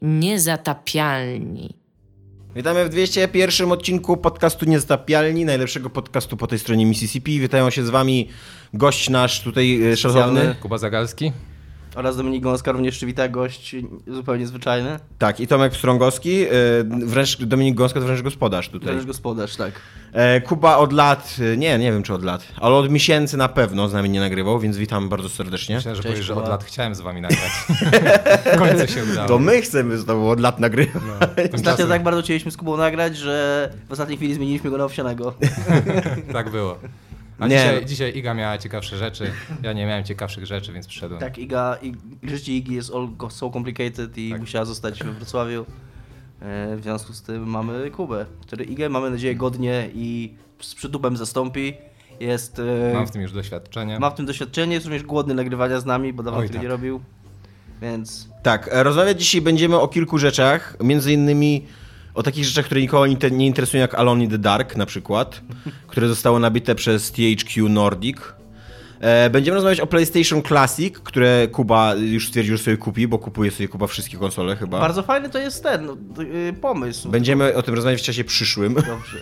Niezatapialni. Witamy w 201 odcinku podcastu Niezatapialni, najlepszego podcastu po tej stronie Mississippi. Witają się z wami gość nasz tutaj szanowny Kuba Zagalski. Oraz Dominik Gąska, również przywita gość zupełnie zwyczajny. Tak, i Tomek Pstrągowski, wręcz Dominik Gąska to wręcz gospodarz tutaj. Wręcz gospodarz, tak. Kuba od lat, nie wiem czy od lat, ale od miesięcy na pewno z nami nie nagrywał, więc witam bardzo serdecznie. Myślę, że powiesz, że od lat chciałem z wami nagrać. W końcu się udało. To my chcemy z tobą od lat nagrywać. Ostatnio tak bardzo chcieliśmy z Kubą nagrać, że w ostatniej chwili zmieniliśmy go na Owsianego. Tak było. A dzisiaj Iga miała ciekawsze rzeczy, ja nie miałem ciekawszych rzeczy, więc przyszedłem. Tak, życie Igi jest so complicated i musiała zostać we Wrocławiu. W związku z tym mamy Kubę, który Igę, mamy nadzieję, godnie i z przytupem zastąpi. Mam w tym już doświadczenie. Ma w tym doświadczenie, jest również głodny nagrywania z nami, bo dawno tego nie robił. Więc... Tak, rozmawiać dzisiaj będziemy o kilku rzeczach, między innymi o takich rzeczach, które nikogo nie interesują, jak Alone in the Dark na przykład, które zostało nabite przez THQ Nordic. Będziemy rozmawiać o PlayStation Classic, które Kuba już stwierdził, że sobie kupi, bo kupuje sobie Kuba wszystkie konsole chyba. Bardzo fajny to jest ten pomysł. Będziemy o tym rozmawiać w czasie przyszłym. Dobrze.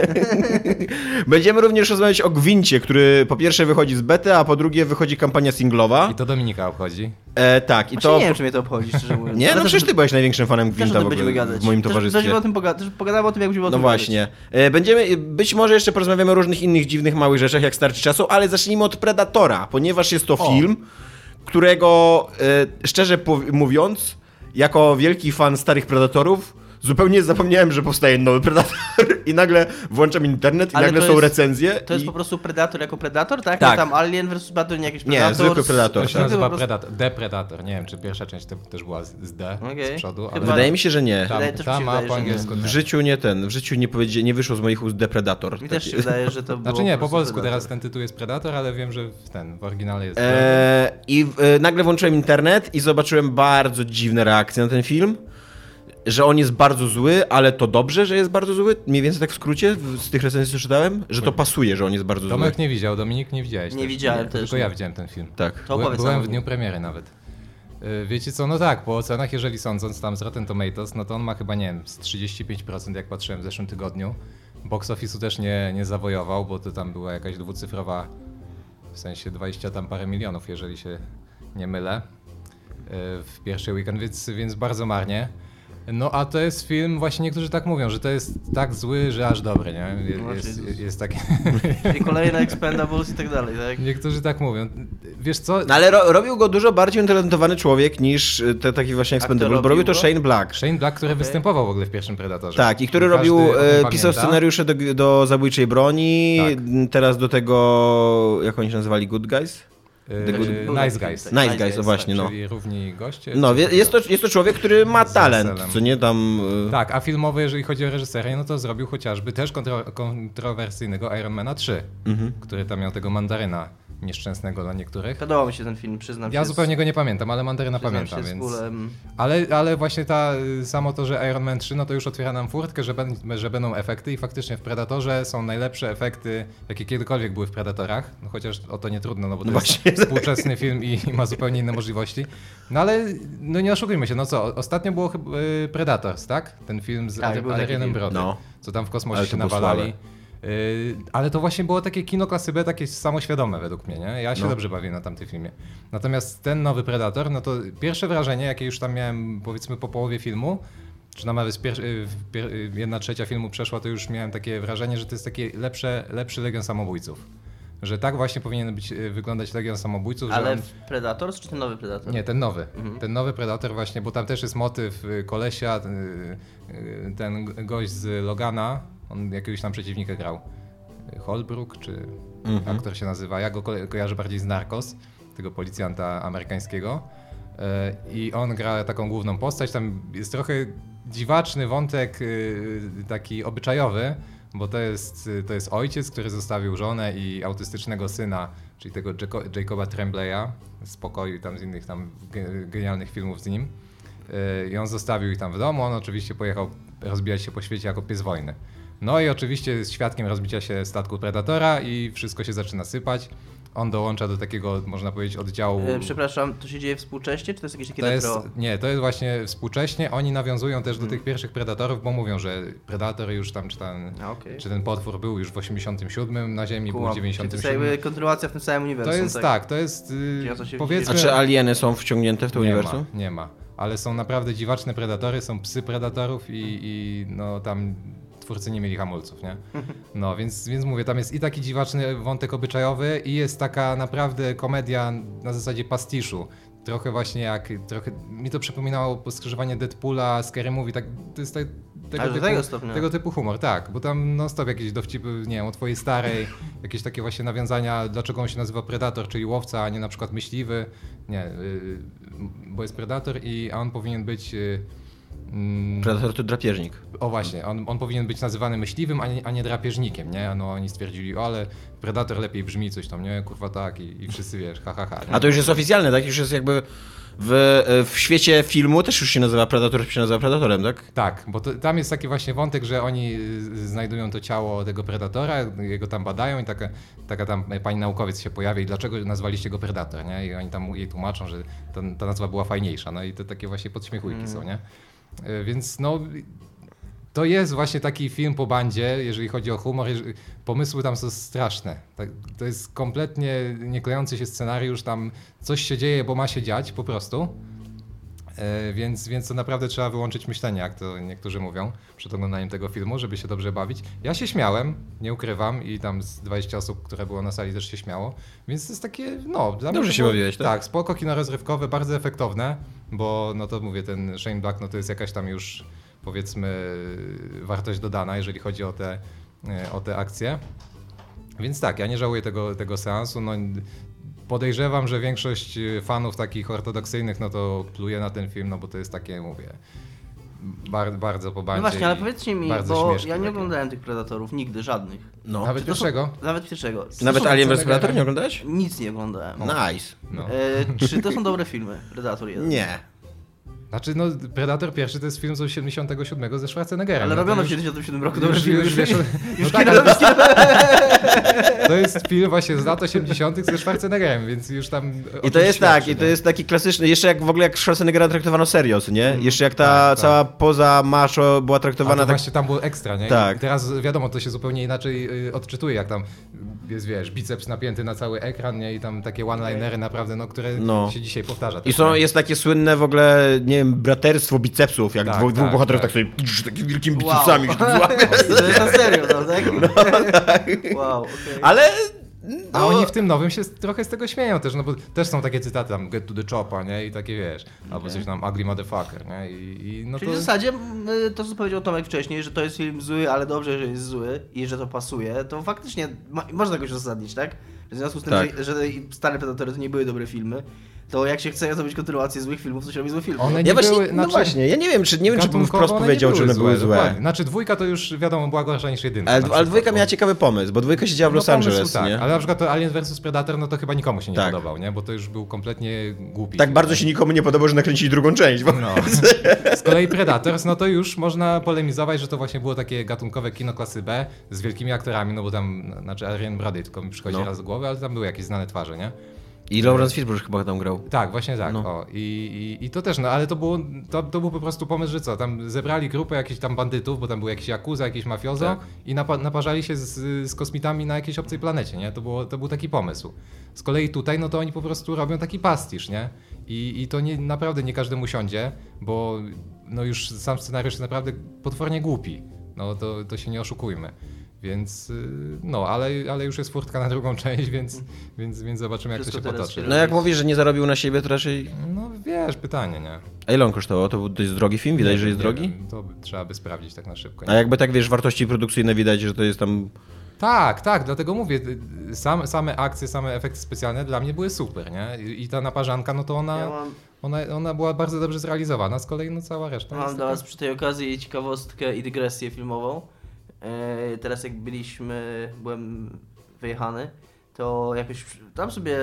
Będziemy również rozmawiać o Gwincie, który po pierwsze wychodzi z bety, a po drugie wychodzi kampania singlowa. I to Dominika obchodzi. Tak, i Właśnie to... nie wiem, czy mnie to obchodzi, szczerze mówiąc. Nie, no przecież ty byłeś największym fanem Gwinta w ogóle w moim towarzystwie. Pogadamy o tym, jak będziemy o tym No właśnie. Być może jeszcze porozmawiamy o różnych innych dziwnych, małych rzeczach, jak starczy czasu, ale zacznijmy od Predatora, ponieważ jest to film, którego, szczerze mówiąc, jako wielki fan starych Predatorów, zupełnie zapomniałem, że powstaje nowy Predator i nagle włączam internet i nagle są recenzje. To jest po prostu Predator jako Predator, tak? Tak. Nie tam Alien vs. Predator, nie jakiś Predator? Nie, zwykły Predator. To się nazywa The Predator. Nie wiem, czy pierwsza część też była z D z przodu. Ale Wydaje mi się, że nie. Tam ma po angielsku. W życiu nie wyszło z moich ust The Predator. Mi też się wydaje, że to było Znaczy nie, po polsku teraz ten tytuł jest Predator, ale wiem, że w oryginale jest I nagle włączyłem internet i zobaczyłem bardzo dziwne reakcje na ten film. Że on jest bardzo zły, ale to dobrze, że jest bardzo zły? Mniej więcej tak w skrócie z tych recenzji, co czytałem? Że to pasuje, że on jest bardzo zły. Tomek nie widział, Dominik nie widziałeś. Nie widziałem też. Tylko ja widziałem ten film. Tak. Byłem w dniu premiery nawet. Wiecie co, no tak, po ocenach, jeżeli sądząc tam z Rotten Tomatoes, no to on ma chyba, nie wiem, z 35%, jak patrzyłem w zeszłym tygodniu. Box office'u też nie zawojował, bo to tam była jakaś dwucyfrowa, w sensie 20 tam parę milionów, jeżeli się nie mylę, w pierwszy weekend, więc bardzo marnie. No a to jest film, właśnie niektórzy tak mówią, że to jest tak zły, że aż dobry, nie? Jest takie... I kolejne Expendables i tak dalej, tak? Niektórzy tak mówią. Wiesz co? No ale robił go dużo bardziej utalentowany człowiek niż taki właśnie Expendables, bo robił to Shane Black. Shane Black, który występował w ogóle w pierwszym Predatorze. Tak, i który pisał scenariusze do Zabójczej Broni, tak. Teraz do tego, jak oni się nazywali, Good Guys? Nice Guys. Nice Guys, właśnie, no. Czyli równi goście. No, jest to człowiek, który ma talent, co nie tam... Tak, a filmowo, jeżeli chodzi o reżyserię, no to zrobił chociażby też kontrowersyjnego Ironmana 3, który tam miał tego mandaryna nieszczęsnego dla niektórych. Podobał mi się ten film, przyznam się. Ja zupełnie go nie pamiętam, ale mandaryna pamiętam, więc... Ale właśnie samo to, że Iron Man 3, no to już otwiera nam furtkę, że będą efekty i faktycznie w Predatorze są najlepsze efekty, jakie kiedykolwiek były w Predatorach, no chociaż o to nie trudno, no bo to jest współczesny film i ma zupełnie inne możliwości. No ale no nie oszukujmy się, no co, ostatnio było chyba Predators, tak? Ten film z Adrianem Brody, co tam w kosmosie się nawalali. Ale to właśnie było takie kino klasy B, takie samoświadome według mnie, nie? Ja się dobrze bawię na tamtym filmie. Natomiast ten nowy Predator, no to pierwsze wrażenie, jakie już tam miałem, powiedzmy po połowie filmu, czy nawet jedna trzecia filmu przeszła, to już miałem takie wrażenie, że to jest taki lepszy Legion Samobójców. Że tak właśnie powinien wyglądać Legion Samobójców. Ale w Predators czy ten nowy Predator? Nie, ten nowy. Ten nowy Predator właśnie, bo tam też jest motyw kolesia, ten gość z Logana, on jakiegoś tam przeciwnika grał. Holbrook, czy aktor się nazywa. Ja go kojarzę bardziej z Narcos, tego policjanta amerykańskiego. I on gra taką główną postać. Tam jest trochę dziwaczny wątek, taki obyczajowy, bo to jest ojciec, który zostawił żonę i autystycznego syna, czyli tego Jacoba Tremblay'a z Pokoju i tam z innych tam genialnych filmów z nim. I on zostawił ich tam w domu, on oczywiście pojechał rozbijać się po świecie jako pies wojny. No i oczywiście jest świadkiem rozbicia się statku Predatora i wszystko się zaczyna sypać. on dołącza do takiego, można powiedzieć, oddziału... Przepraszam, to się dzieje współcześnie, czy to jest jakieś takie Nie, to jest właśnie współcześnie. Oni nawiązują też do tych pierwszych Predatorów, bo mówią, że Predator już tam, czy ten potwór był już w 87 na Ziemi, był w 97. To jest jakby kontynuacja w tym samym uniwersum. To jest tak, to jest powiedzmy... A czy alieny są wciągnięte w to uniwersum? Nie ma, ale są naprawdę dziwaczne Predatory, są psy Predatorów i no tam... Twórcy nie mieli hamulców, nie? No, więc mówię, tam jest i taki dziwaczny wątek obyczajowy i jest taka naprawdę komedia na zasadzie pastiszu. Trochę właśnie mi to przypominało skrzyżowanie Deadpoola, Scary Movie, tak, to jest tego typu humor, tak, bo tam non-stop jakieś dowcipy, nie wiem, o twojej starej, jakieś takie właśnie nawiązania, dlaczego on się nazywa Predator, czyli łowca, a nie na przykład myśliwy, nie, bo jest Predator a on powinien być... Predator to drapieżnik. O właśnie, on powinien być nazywany myśliwym, a nie drapieżnikiem, nie? No oni stwierdzili, ale Predator lepiej brzmi coś tam, nie? Kurwa tak i wszyscy wiesz, nie? A to już jest oficjalne, tak? Już jest jakby w świecie filmu też już się nazywa Predator, się nazywa Predatorem, tak? Tak, bo tam jest taki właśnie wątek, że oni znajdują to ciało tego Predatora, jego tam badają i taka tam pani naukowiec się pojawia i dlaczego nazwaliście go Predator, nie? I oni tam jej tłumaczą, że ta nazwa była fajniejsza, no i to takie właśnie podśmiechujki są, nie? Więc no, to jest właśnie taki film po bandzie, jeżeli chodzi o humor. Pomysły tam są straszne. To jest kompletnie nieklejący się scenariusz, tam coś się dzieje, bo ma się dziać po prostu. Więc to naprawdę trzeba wyłączyć myślenie, jak to niektórzy mówią przed oglądaniem tego filmu, żeby się dobrze bawić. Ja się śmiałem, nie ukrywam, i tam z 20 osób, które było na sali, też się śmiało. Więc to jest takie, no... Dla dobrze się bawiłeś, tak? Tak, spoko kino rozrywkowe, bardzo efektowne, bo no to mówię, ten Shane Black, no to jest jakaś tam już, powiedzmy, wartość dodana, jeżeli chodzi o te akcje. Więc tak, ja nie żałuję tego seansu. No, podejrzewam, że większość fanów takich ortodoksyjnych no to pluje na ten film, no bo to jest takie, mówię, bardzo po bandzie. No właśnie, ale powiedzcie mi, bo ja nie oglądałem tych Predatorów, nigdy, żadnych. No. Nawet pierwszego? Nawet pierwszego. Nawet Alien vs Predator nie oglądałeś? Nic nie oglądałem. Nice. No. Czy to są dobre filmy? Predator 1? Nie. Znaczy, no, Predator pierwszy to jest film z 87 ze Schwarzeneggerem. Ale no robiono w już... 77 roku dobre filmy. Już tak, to jest film właśnie z lat 80 ze Schwarzeneggerem, więc już tam... I to jest tak, i to jest taki klasyczny, jeszcze jak w ogóle jak Schwarzeneggera traktowano serio, nie? Jeszcze jak ta cała poza macho była traktowana tak... właśnie tam było ekstra, nie? Tak. I teraz wiadomo, to się zupełnie inaczej odczytuje, jak tam jest, wiesz, biceps napięty na cały ekran, nie? I tam takie one-linery naprawdę, no, które się dzisiaj powtarza. I jest takie słynne w ogóle, nie wiem, braterstwo bicepsów, jak dwóch bohaterów tak sobie takimi wielkimi bicepsami się złapie. To jest na serio, no, tak? No, tak. Wow, okay. Ale... A oni w tym nowym się trochę z tego śmieją też, no bo też są takie cytaty tam get to the choppa, nie? I takie wiesz, albo coś tam ugly motherfucker, nie? No czyli w zasadzie to, co powiedział Tomek wcześniej, że to jest film zły, ale dobrze, że jest zły i że to pasuje, to faktycznie można jakoś uzasadnić, tak? W związku z tym, że stare Predatory to nie były dobre filmy, to jak się chce zrobić kontynuację złych filmów, to się robi złe filmy. One nie były, no właśnie, ja nie wiem, czy bym wprost powiedział, że one były złe. Dokładnie. Znaczy dwójka to już wiadomo była gorsza niż jedynka. Ale dwójka miała ciekawy pomysł, bo dwójka siedziała w Los Angeles, tak. nie? Ale na przykład to Alien vs Predator, no to chyba nikomu się nie podobał, nie? Bo to już był kompletnie głupi. Tak bardzo się nikomu nie podobał, że nakręcili drugą część. Bo... No. Z kolei Predators, no to już można polemizować, że to właśnie było takie gatunkowe kino klasy B z wielkimi aktorami, no bo tam, znaczy Adrian Brody tylko mi przychodzi raz do głowy, ale tam były jakieś znane twarze, nie? I Lawrence Fishburne chyba tam grał. Tak, właśnie tak. No. I to też, no ale to był po prostu pomysł, że co, tam zebrali grupę jakichś tam bandytów, bo tam był jakiś yakuza, jakiś mafiozo i naparzali się z kosmitami na jakiejś obcej planecie, nie? To był taki pomysł. Z kolei tutaj, no to oni po prostu robią taki pastisz, nie? I to naprawdę nie każdemu siądzie, bo no już sam scenariusz jest naprawdę potwornie głupi. No to się nie oszukujmy. Więc, no, ale już jest furtka na drugą część, więc zobaczymy, jak wszystko to się potoczy. No jak mówisz, że nie zarobił na siebie, to raczej... No wiesz, pytanie, nie? A ile on kosztował? To był dość drogi film? Widać, że jest drogi? To trzeba by sprawdzić tak na szybko. A jakby tak, wiesz, wartości produkcyjne widać, że to jest tam... Tak, dlatego mówię, same akcje, same efekty specjalne dla mnie były super, nie? I ta naparzanka, no to ona była bardzo dobrze zrealizowana, z kolei no cała reszta. Mam dla was przy tej okazji ciekawostkę i dygresję filmową. Teraz jak byłem wyjechany, to jakoś tam sobie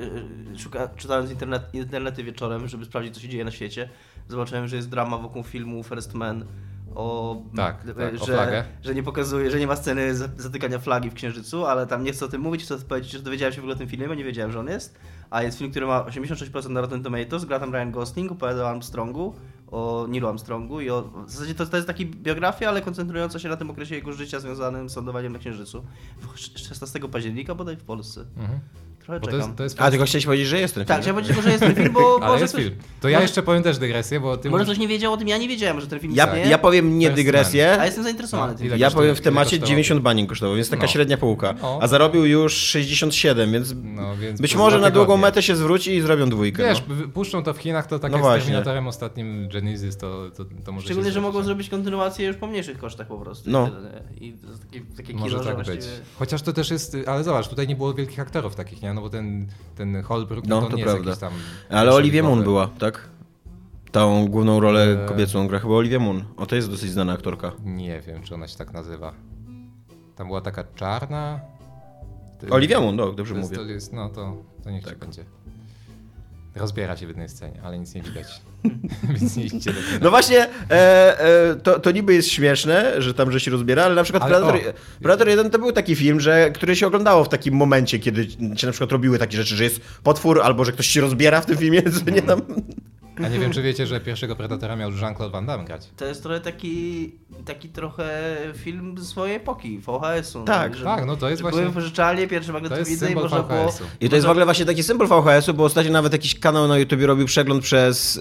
czytając internety wieczorem, żeby sprawdzić, co się dzieje na świecie, zobaczyłem, że jest drama wokół filmu First Man o flagę. Że nie pokazuje, że nie ma sceny zatykania flagi w Księżycu, ale tam nie chcę o tym mówić, chcę powiedzieć, że dowiedziałem się w ogóle o tym filmie, bo nie wiedziałem, że on jest. A jest film, który ma 86% na Rotten Tomatoes, gra tam Ryan Gosling, opowiada o Armstrongu, o Neilu Armstrongu i w zasadzie to jest taki biografia, ale koncentrująca się na tym okresie jego życia związanym z lądowaniem na Księżycu. 16 października bodaj w Polsce. Trochę czekam. A tylko chciałeś powiedzieć, że jest ten film? Tak, chciałem powiedzieć, że jest ten film, bo ale jest film. To ja jeszcze powiem też dygresję, bo ty może ktoś nie wiedział o tym, ja nie wiedziałem, że ten film istnieje. Ja powiem nie dygresję. A jestem zainteresowany tym. Ja powiem w temacie 90 banin kosztował, więc taka średnia półka. A zarobił już 67, więc być może na długą metę się zwróci i zrobią dwójkę. Wiesz, puszczą to w Kinach, to tak jak z Terminatorem ostatnim Genesis, to może szczególnie, że mogą zrobić kontynuację już po mniejszych kosztach po prostu. No. I takie kino, może tak być. Chociaż to też jest, ale zobacz, tutaj nie było wielkich aktorów takich, nie? No bo ten Holbrook, to nie prawda. jest jakiś tam... Ale Olivia Munn była, tak? Tą główną rolę kobiecą gra chyba Olivia Munn. O, to jest dosyć znana aktorka. Nie wiem, czy ona się tak nazywa. Tam była taka czarna... Olivia Munn, dobrze mówię. To niech tak będzie. Rozbiera się w jednej scenie, ale nic nie widać. Więc nie idźcie do kina. No właśnie, to niby jest śmieszne, że się rozbiera, ale na przykład Predator 1 to był taki film, który się oglądało w takim momencie, kiedy się na przykład robiły takie rzeczy, że jest potwór, albo że ktoś się rozbiera w tym filmie, co nie tam... A nie wiem, czy wiecie, że pierwszego Predatora miał Jean-Claude Van Damme grać. To jest trochę taki trochę film swojej epoki, VHS-u. Tak, no to jest właśnie... Były wypożyczalnie, pierwsze magnetowidy i można było... I to jest w ogóle właśnie taki symbol VHS-u, bo ostatnio nawet jakiś kanał na YouTubie robił przegląd przez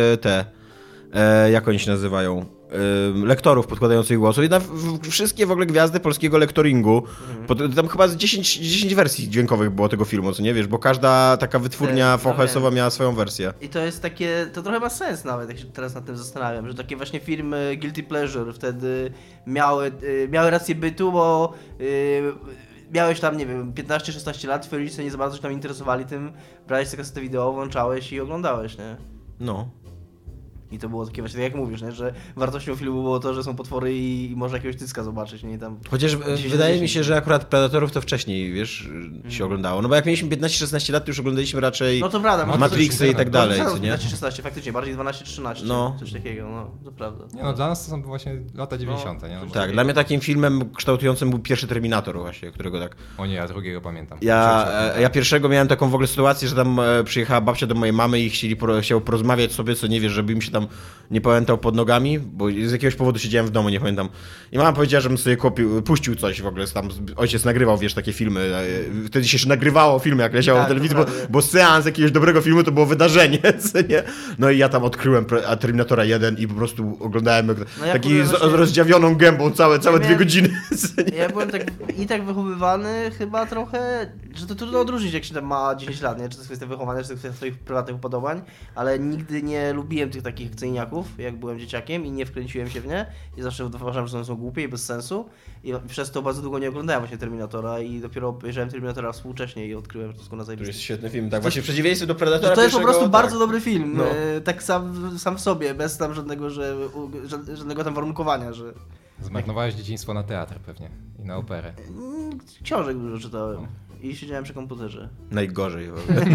jak oni się nazywają? Lektorów podkładających głosów i wszystkie w ogóle gwiazdy polskiego lektoringu. Tam chyba z 10 wersji dźwiękowych było tego filmu, co nie wiesz, bo każda taka wytwórnia VHS-owa miała swoją wersję. I to jest takie, to trochę ma sens nawet, jak się teraz nad tym zastanawiam, że takie właśnie filmy Guilty Pleasure wtedy miały rację bytu, bo miałeś tam, nie wiem, 15-16 lat, twoi rodzice nie za bardzo się tam interesowali tym, brałeś sobie kasetę wideo, włączałeś i oglądałeś, nie? No. I to było takie właśnie, jak mówisz, nie? Że wartością filmu było to, że są potwory i można jakiegoś cycka zobaczyć, nie? Tam chociaż wydaje mi się, że akurat Predatorów to wcześniej, wiesz, się oglądało. No bo jak mieliśmy 15-16 lat, to już oglądaliśmy raczej Matrixy i tak dalej, co nie? 15-16, faktycznie, bardziej 12-13, coś takiego, no, to prawda. Nie, no dla nas to są właśnie lata 90, nie? No, tak, dla mnie takim filmem kształtującym był pierwszy Terminator właśnie, którego tak... O nie, ja drugiego pamiętam. Ja pierwszego miałem taką w ogóle sytuację, że tam przyjechała babcia do mojej mamy i chciał porozmawiać sobie, co nie wiesz, żeby im się tam nie pamiętał pod nogami, bo z jakiegoś powodu siedziałem w domu, nie pamiętam. I mama powiedziała, żebym sobie puścił coś w ogóle, tam ojciec nagrywał, wiesz, takie filmy. Wtedy się jeszcze nagrywało filmy, jak leciało w telewizji, bo seans jakiegoś dobrego filmu to było wydarzenie, nie? No i ja tam odkryłem Terminatora 1 i po prostu oglądałem taki z rozdziawioną gębą całe 2 godziny. Ja byłem tak wychowywany chyba trochę, że to trudno odróżnić, jak się tam ma 10 lat, nie? Czy to jest kwestia wychowania, czy to jest kwestia swoich prywatnych upodobań, ale nigdy nie lubiłem tych takich akcyjniaków, jak byłem dzieciakiem i nie wkręciłem się w nie i zawsze uważałem, że one są głupie i bez sensu i przez to bardzo długo nie oglądałem właśnie Terminatora i dopiero obejrzałem Terminatora współcześnie i odkryłem, że to jest na zajebiste. To jest świetny film, tak, właśnie w przeciwieństwie do Predatora. To jest po prostu bardzo dobry film, tak sam w sobie, bez tam żadnego tam warunkowania, że... Zmarnowałeś dzieciństwo na teatr pewnie i na operę. Książek dużo czytałem i siedziałem przy komputerze. Najgorzej w ogóle.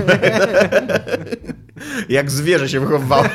Jak zwierzę się wychowywałeś.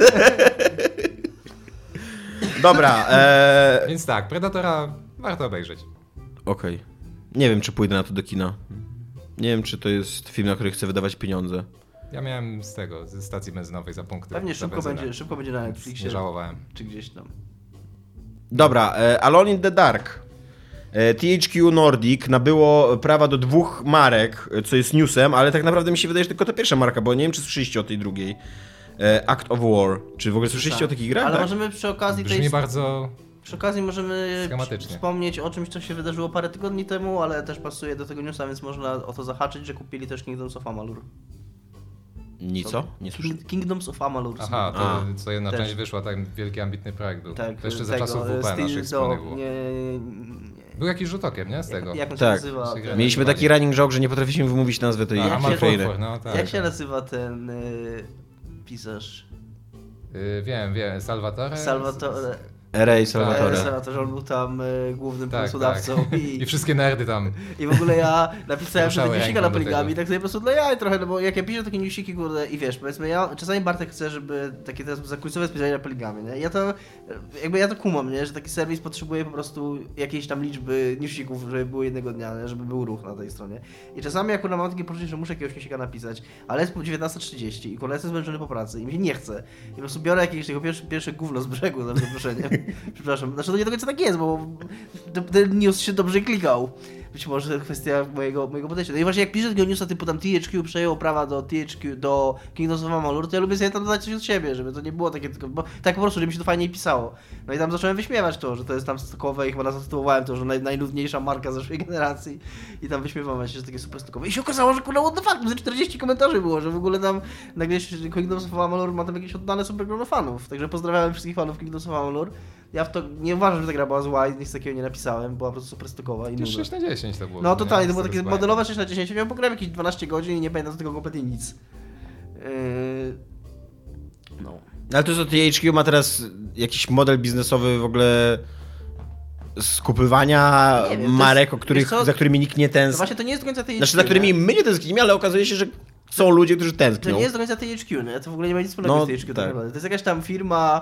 Dobra. Więc tak, Predatora warto obejrzeć. Okej. Nie wiem, czy pójdę na to do kina. Nie wiem, czy to jest film, na który chcę wydawać pieniądze. Ja miałem ze stacji benzynowej za punkty. Pewnie szybko będzie na Netflixie. Nie żałowałem. Czy gdzieś tam. Dobra, Alone in the Dark. THQ Nordic nabyło prawa do 2 marek, co jest newsem, ale tak naprawdę mi się wydaje, że tylko ta pierwsza marka, bo nie wiem, czy słyszeliście o tej drugiej. Act of War. Czy w ogóle słyszeliście o takich grach? Ale tak? możemy przy okazji... Brzmi bardzo... Przy okazji możemy wspomnieć o czymś, co się wydarzyło parę tygodni temu, ale też pasuje do tego newsa, więc można o to zahaczyć, że kupili też Kingdoms of Amalur. Co? Nie słyszę. Kingdoms of Amalur. Aha, to co jedna część wyszła, tak wielki ambitny projekt był. Tak, to jeszcze za czasów WP naszych wspólnych było. Był jakiś rzut okiem, nie? Z tego. Jak on się nazywa? Mieliśmy taki running joke, że nie potrafiliśmy wymówić nazwy tej Ukrainy. Jak się nazywa ten pisarz? Wiem, Salvatore. R.A. Salvatore. Salvatore, on był tam głównym pomysłodawcą. Tak. I wszystkie nerdy tam. I w ogóle ja napisałem sobie newsika na Poligami, tak sobie po prostu dla jaj trochę, no bo jak ja piszę takie newsiki, kurde, i wiesz, powiedzmy, czasami Bartek chce, żeby takie teraz zakulisowe spojrzenie na Poligami, nie? Ja to kumam, nie? Że taki serwis potrzebuje po prostu jakiejś tam liczby newsików, żeby było jednego dnia, nie? Żeby był ruch na tej stronie. I czasami jak mam takie poczucie, że muszę jakiegoś newsika napisać, ale jest po 19:30 i kurde, jestem zmęczony po pracy i mi się nie chce. I po prostu biorę jakieś tego pierwsze gówno z brzegu, za przeproszeniem. Przepraszam, znaczy to nie do końca tak jest, bo ten news się dobrze klikał. Być może to kwestia mojego podejścia. No i właśnie jak piszę tego newsa typu tam THQ przejął prawa do Kingdoms of Amalur, to ja lubię sobie tam dodać coś od siebie, żeby to nie było takie tylko, bo tak po prostu, żeby mi się to fajniej pisało. No i tam zacząłem wyśmiewać to, że to jest tam stokowe i chyba zatytułowałem to, że najnudniejsza marka zeszłej generacji i tam wyśmiewałem się, że takie super stokowe. I się okazało, że kurwa what the fuck, ze 40 komentarzy było, że w ogóle tam nagle Kingdoms of Amalur ma tam jakieś oddane super grono fanów. Także pozdrawiam wszystkich fanów Kingdoms of Amalur. Ja w to nie uważam, że ta gra była zła i nic takiego nie napisałem, była po prostu super stokowa i nudna. 6/10 to było. No totalnie, to było takie modelowe 6/10, ja pograłem jakieś 12 godzin i nie pamiętam z tego kompletnie nic. No. Ale to, że THQ ma teraz jakiś model biznesowy w ogóle skupywania marek, za którymi nikt nie tęskni. To właśnie to nie jest do końca THQ. Znaczy, za którymi my nie tęsknimy, ale okazuje się, że są ludzie, którzy tęsknią. To nie jest do końca THQ, nie? To w ogóle nie ma nic wspólnego z THQ tak naprawdę. To jest jakaś tam firma,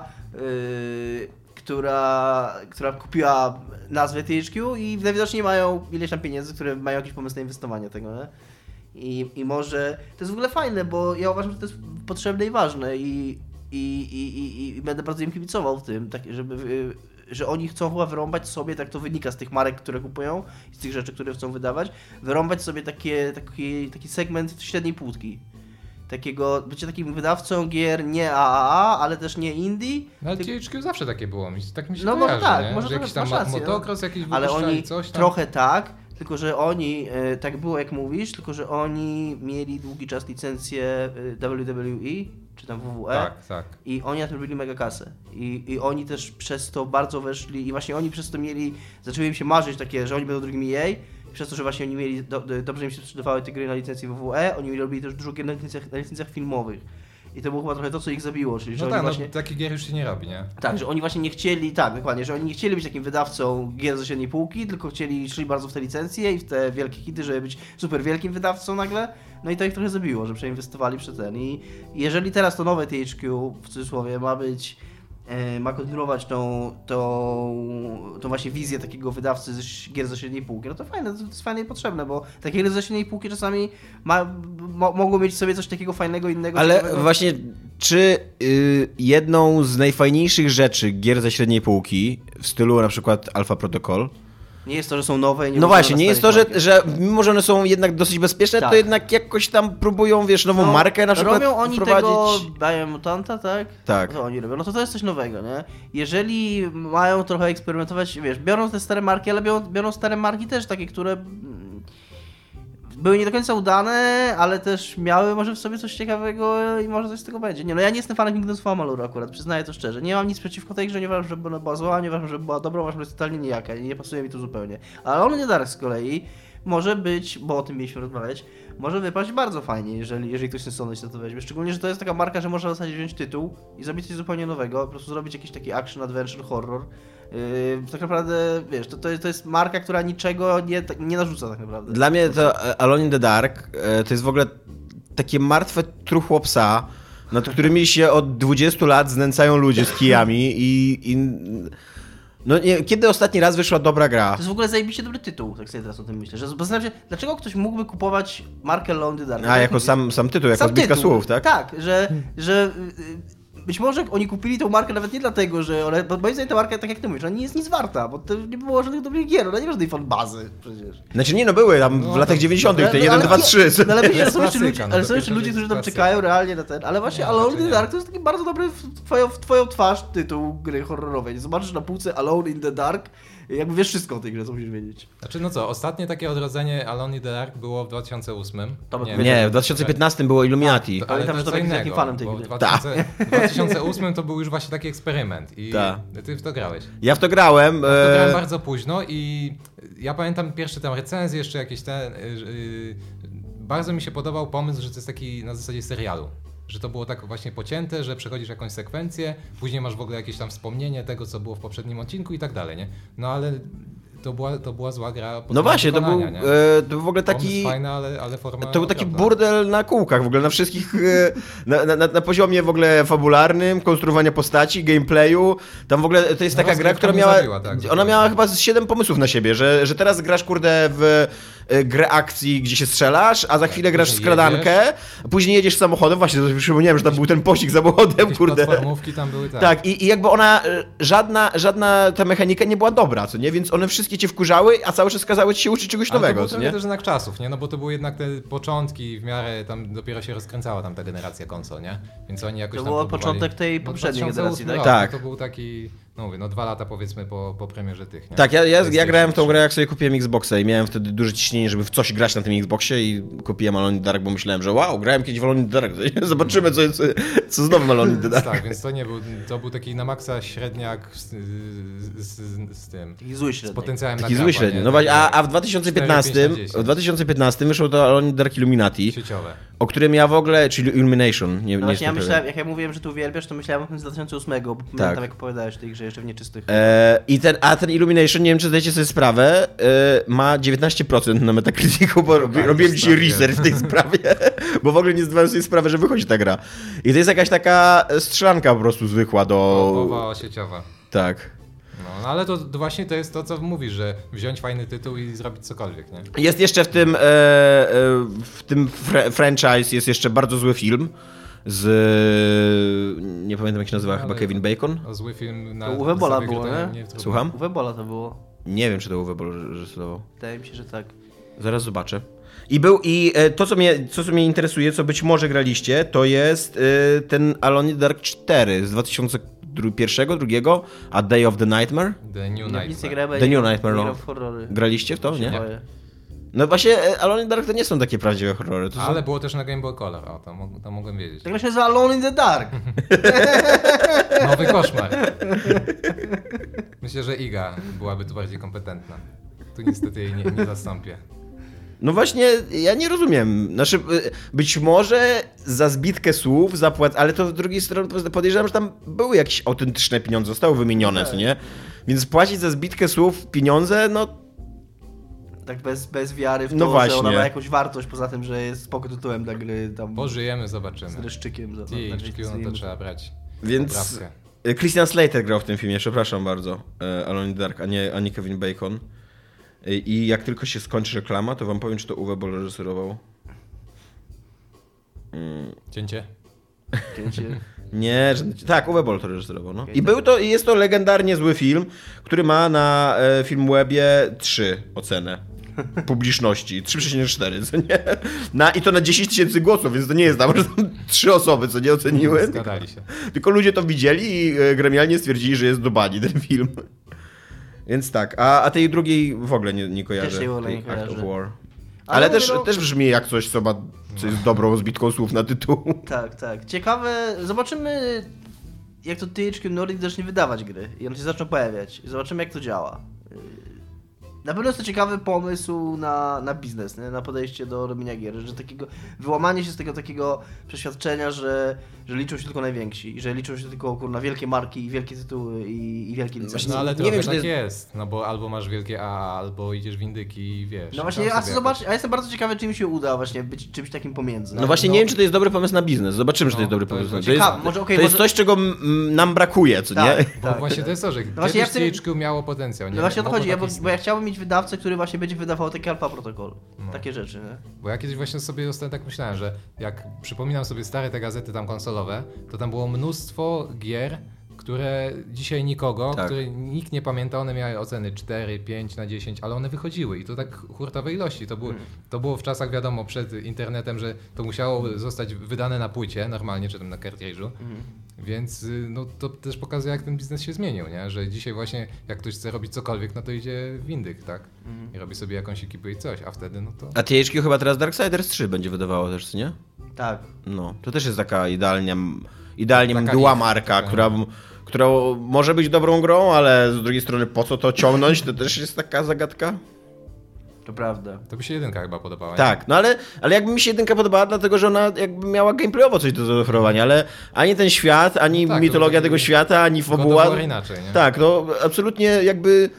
która kupiła nazwę THQ i najwidoczniej mają ileś tam pieniędzy, które mają jakiś pomysł na inwestowanie tego, nie? I może to jest w ogóle fajne, bo ja uważam, że to jest potrzebne i ważne i będę bardzo im kibicował w tym, tak, że oni chcą chyba wyrąbać sobie, tak to wynika z tych marek, które kupują i z tych rzeczy, które chcą wydawać, wyrąbać sobie taki segment średniej półki. Bycie takim wydawcą gier nie AAA, ale też nie indie. No ale THQ zawsze takie było, tak mi się kojarzy, może tak, nie? Może że jakiś tam motocross jakiś ale oni coś tam. Trochę tak, tylko że oni, tak było jak mówisz, tylko że oni mieli długi czas licencję WWE, czy tam WWE. Tak. I oni na tym robili mega kasę. I oni też przez to bardzo weszli i właśnie oni przez to zaczęły im się marzyć takie, że oni będą drugimi EA. Przez to, że właśnie oni mieli, dobrze im się sprzedawały te gry na licencji WWE, oni robili też dużo gier na licencjach filmowych. I to było chyba trochę to, co ich zabiło, czyli że oni właśnie... takich gier już się nie robi, nie? Tak, że oni właśnie nie chcieli, tak, dokładnie, że oni nie chcieli być takim wydawcą gier ze średniej półki, tylko szli bardzo w te licencje i w te wielkie hity, żeby być super wielkim wydawcą nagle. No i to ich trochę zabiło, że przeinwestowali przy ten. I jeżeli teraz to nowe THQ, w cudzysłowie, ma kontynuować tą właśnie wizję takiego wydawcy z gier ze średniej półki, no to fajne, to jest fajne i potrzebne, bo takie gry ze średniej półki czasami mogą mieć sobie coś takiego fajnego, innego. Ale właśnie, czy jedną z najfajniejszych rzeczy gier ze średniej półki, w stylu na przykład Alpha Protocol, nie jest to, że są nowe i nie no właśnie, nie jest to, że mimo, że one są jednak dosyć bezpieczne, tak, to jednak jakoś tam próbują, wiesz, nową markę na przykład robią oni wprowadzić. Dają Mutanta, tak? Tak. To oni robią, no to jest coś nowego, nie? Jeżeli mają trochę eksperymentować, wiesz, biorą te stare marki, ale biorą stare marki też takie, które były nie do końca udane, ale też miały może w sobie coś ciekawego i może coś z tego będzie. Nie, no ja nie jestem fanem Kingdoms of Amalur akurat, przyznaję to szczerze. Nie mam nic przeciwko tej grze, nie uważam, że była zła, nie uważam, że była dobra, uważam, że jest totalnie nijaka i nie pasuje mi to zupełnie. Ale Alone in the Dark z kolei może być, bo o tym mieliśmy rozmawiać, może wypaść bardzo fajnie, jeżeli ktoś sensowny się to weźmie. Szczególnie, że to jest taka marka, że można w zasadzie wziąć tytuł i zrobić coś zupełnie nowego, po prostu zrobić jakiś taki action, adventure, horror. Tak naprawdę, wiesz, to jest marka, która niczego nie narzuca tak naprawdę. Dla mnie to Alone in the Dark to jest w ogóle takie martwe truchło psa, nad którymi się od 20 lat znęcają ludzie z kijami i no nie, kiedy ostatni raz wyszła dobra gra? To jest w ogóle zajebiście dobry tytuł, tak sobie teraz o tym myślę. Że zastanawiam się, dlaczego ktoś mógłby kupować markę Alone in the Dark? A, jako sam tytuł, jako zbitka słów, tak? Tak, że być może oni kupili tą markę nawet nie dlatego, że bo moim zdaniem ta marka, tak jak ty mówisz, ona nie jest nic warta, bo to nie było żadnych dobrych gier, ona nie ma żadnej fanbazy przecież. Znaczy nie, no były tam w latach 90. te 1, 2, 3. No ale wiesz, są jeszcze ludzie, którzy tam czekają realnie na ten, ale właśnie Alone in the Dark to jest taki bardzo dobry w twoją twarz tytuł gry horrorowej. Zobaczysz na półce Alone in the Dark, jakby wiesz wszystko o tej grze, co musisz wiedzieć. Znaczy no co, ostatnie takie odrodzenie Alone in the Dark było w 2008. Nie, w 2015 było Illuminati. Ale tam, że to był takim fanem tej gry. W 2008 to był już właśnie taki eksperyment i ty w to grałeś. Ja w to grałem. Ja w to grałem bardzo późno i ja pamiętam pierwsze tam recenzje, jeszcze jakieś bardzo mi się podobał pomysł, że to jest taki na zasadzie serialu. że to było tak właśnie pocięte, że przechodzisz jakąś sekwencję, później masz w ogóle jakieś tam wspomnienie tego, co było w poprzednim odcinku i tak dalej, nie? No ale to była zła gra. No właśnie, to był w ogóle taki... fajna, ale forma... To był taki burdel na kółkach w ogóle, na wszystkich... na poziomie w ogóle fabularnym, konstruowania postaci, gameplayu. Tam w ogóle to jest taka gra, która miała... Ona miała chyba 7 pomysłów na siebie, że teraz grasz, kurde, w grę akcji, gdzie się strzelasz, a za chwilę grasz w skradankę, później jedziesz samochodem, właśnie to przypomniałem, że tam był ten pościg samochodem, jakieś kurde. platformówki tam były, tak. Tak, i jakby ona, żadna ta mechanika nie była dobra, co nie? Więc one wszystkie cię wkurzały, a cały czas kazały ci się uczyć czegoś nowego, to co był nie? też znak czasów, nie? No bo to były jednak te początki, w miarę tam dopiero się rozkręcała tam ta generacja konsol, nie? Więc oni jakoś to tam był początek tej poprzedniej generacji, tak? Tak. To był taki, no mówię, 2 lata powiedzmy po premierze tych, nie? Tak, ja grałem w tą grę, jak sobie kupiłem Xboxa i miałem wtedy duże ciśnienie, żeby w coś grać na tym Xboxie i kupiłem Alone in the Dark, bo myślałem, że wow, grałem kiedyś w Alone in the Dark, zobaczymy co z nowym Alone in the Dark. Tak, więc to był taki na maksa średniak z tym, zły z potencjałem taki na zły średniak. No właśnie, a w 2015 wyszło to Alone in the Dark Illuminati, sieciowe, o którym ja w ogóle, czyli Illumination, nie właśnie ja myślałem, jak ja mówiłem, że tu uwielbiasz, to myślałem o tym z 2008, bo pamiętam jak opowiadałeś o tej grze jeszcze w nieczystych. Ten Illumination, nie wiem czy zdajecie sobie sprawę, ma 19% na Metacriticu, bo robiłem dzisiaj research w tej sprawie, bo w ogóle nie zdawałem sobie sprawy, że wychodzi ta gra. I to jest jakaś taka strzelanka po prostu zwykła połowa sieciowa. Tak. No ale to właśnie to jest to, co mówisz, że wziąć fajny tytuł i zrobić cokolwiek, nie? Jest jeszcze w tym franchise jest jeszcze bardzo zły film z... nie pamiętam jak się nazywa, chyba Kevin Bacon? Zły film na... To Uwe Bolla było, nie? Słucham? Uwe Bolla to było. Nie wiem, czy to Uwe Boll reżyserował. Wydaje mi się, że tak. Zaraz zobaczę. To, co mnie interesuje, co być może graliście, to jest ten Alone in the Dark 4 z 2001, drugiego, a Day of the Nightmare? The New Nightmare. The New Nightmare, no. Graliście w to, nie? No właśnie, Alone in the Dark to nie są takie prawdziwe horrory. Ale było też na Game Boy Color, to mogłem wiedzieć. Tak się nazywa Alone in the Dark. Nowy koszmar. Myślę, że Iga byłaby tu bardziej kompetentna. Tu niestety jej nie zastąpię. No właśnie, ja nie rozumiem. Znaczy, być może za zbitkę słów ale to z drugiej strony podejrzewam, że tam były jakieś autentyczne pieniądze, zostały wymienione, co nie? Więc płacić za zbitkę słów pieniądze, no... Tak bez wiary w to, że ona ma jakąś wartość, poza tym, że jest spoko tytułem dla gry tam... Pożyjemy, zobaczymy. Z dreszczykiem. THQ, no to trzeba brać. Więc Christian Slater grał w tym filmie, przepraszam bardzo, Alone in the Dark, a nie Kevin Bacon. I jak tylko się skończy reklama, to wam powiem, czy to Uwe Boll reżyserował. Cięcie? Nie, tak, Uwe Boll to reżyserował. No. I jest to legendarnie zły film, który ma na Filmwebie 3 ocenę publiczności, 3,4, co nie? I to na 10 000 głosów, więc to nie jest tam, że tam 3 osoby, co nie oceniły. Zgadali się. Tylko ludzie to widzieli i gremialnie stwierdzili, że jest do bani ten film. Więc tak, a tej drugiej w ogóle nie kojarzę, tej Act of War. Ale też brzmi jak coś, co jest dobrą zbitką słów na tytuł. Tak. Ciekawe, zobaczymy jak to THQ Nordic zacznie wydawać gry i one się zaczną pojawiać. I zobaczymy jak to działa. Na pewno jest to ciekawy pomysł na biznes, nie? Na podejście do robienia gier, że wyłamanie się z tego takiego przeświadczenia, że liczą się tylko najwięksi i że liczą się tylko wielkie marki i wielkie tytuły i wielkie licencje. No ale nie wiem, tak jest, no bo albo masz wielkie A, albo idziesz w indyki i wiesz. No właśnie, ja jestem bardzo ciekawy, czy im się uda właśnie być czymś takim pomiędzy. No właśnie, nie wiem, czy to jest dobry pomysł na biznes. Zobaczymy, czy to jest dobry pomysł. To jest coś, czego nam brakuje, co nie? Bo właśnie to jest to, że THQ miało potencjał. No właśnie o to chodzi, bo ja chciałbym mieć wydawcę, który właśnie będzie wydawał takie Alpha Protocol. Takie rzeczy, nie? Bo ja kiedyś właśnie sobie tak myślałem, że jak przypominam sobie stare te gazety tam konsolowe, to tam było mnóstwo gier, które dzisiaj które nikt nie pamięta, one miały oceny 4, 5 na 10, ale one wychodziły i to tak hurtowej ilości. To było w czasach, wiadomo, przed internetem, że to musiało zostać wydane na płycie normalnie, czy tam na cartridge'u. Więc no, to też pokazuje, jak ten biznes się zmienił, nie? Że dzisiaj właśnie jak ktoś chce robić cokolwiek, no to idzie w indyk, tak? I robi sobie jakąś ekipę i coś, a wtedy no to... A THQ chyba teraz Darksiders 3 będzie wydawało też, nie? Tak. No, to też jest taka idealnie mdła marka, która może być dobrą grą, ale z drugiej strony po co to ciągnąć, to też jest taka zagadka. To prawda. To by się 1 chyba podobała. Tak, no ale jakby mi się 1 podobała, dlatego że ona jakby miała gameplayowo coś do zaoferowania, ale ani ten świat, ani mitologia tego świata, ani fabuła. Inaczej, nie? Tak, no absolutnie jakby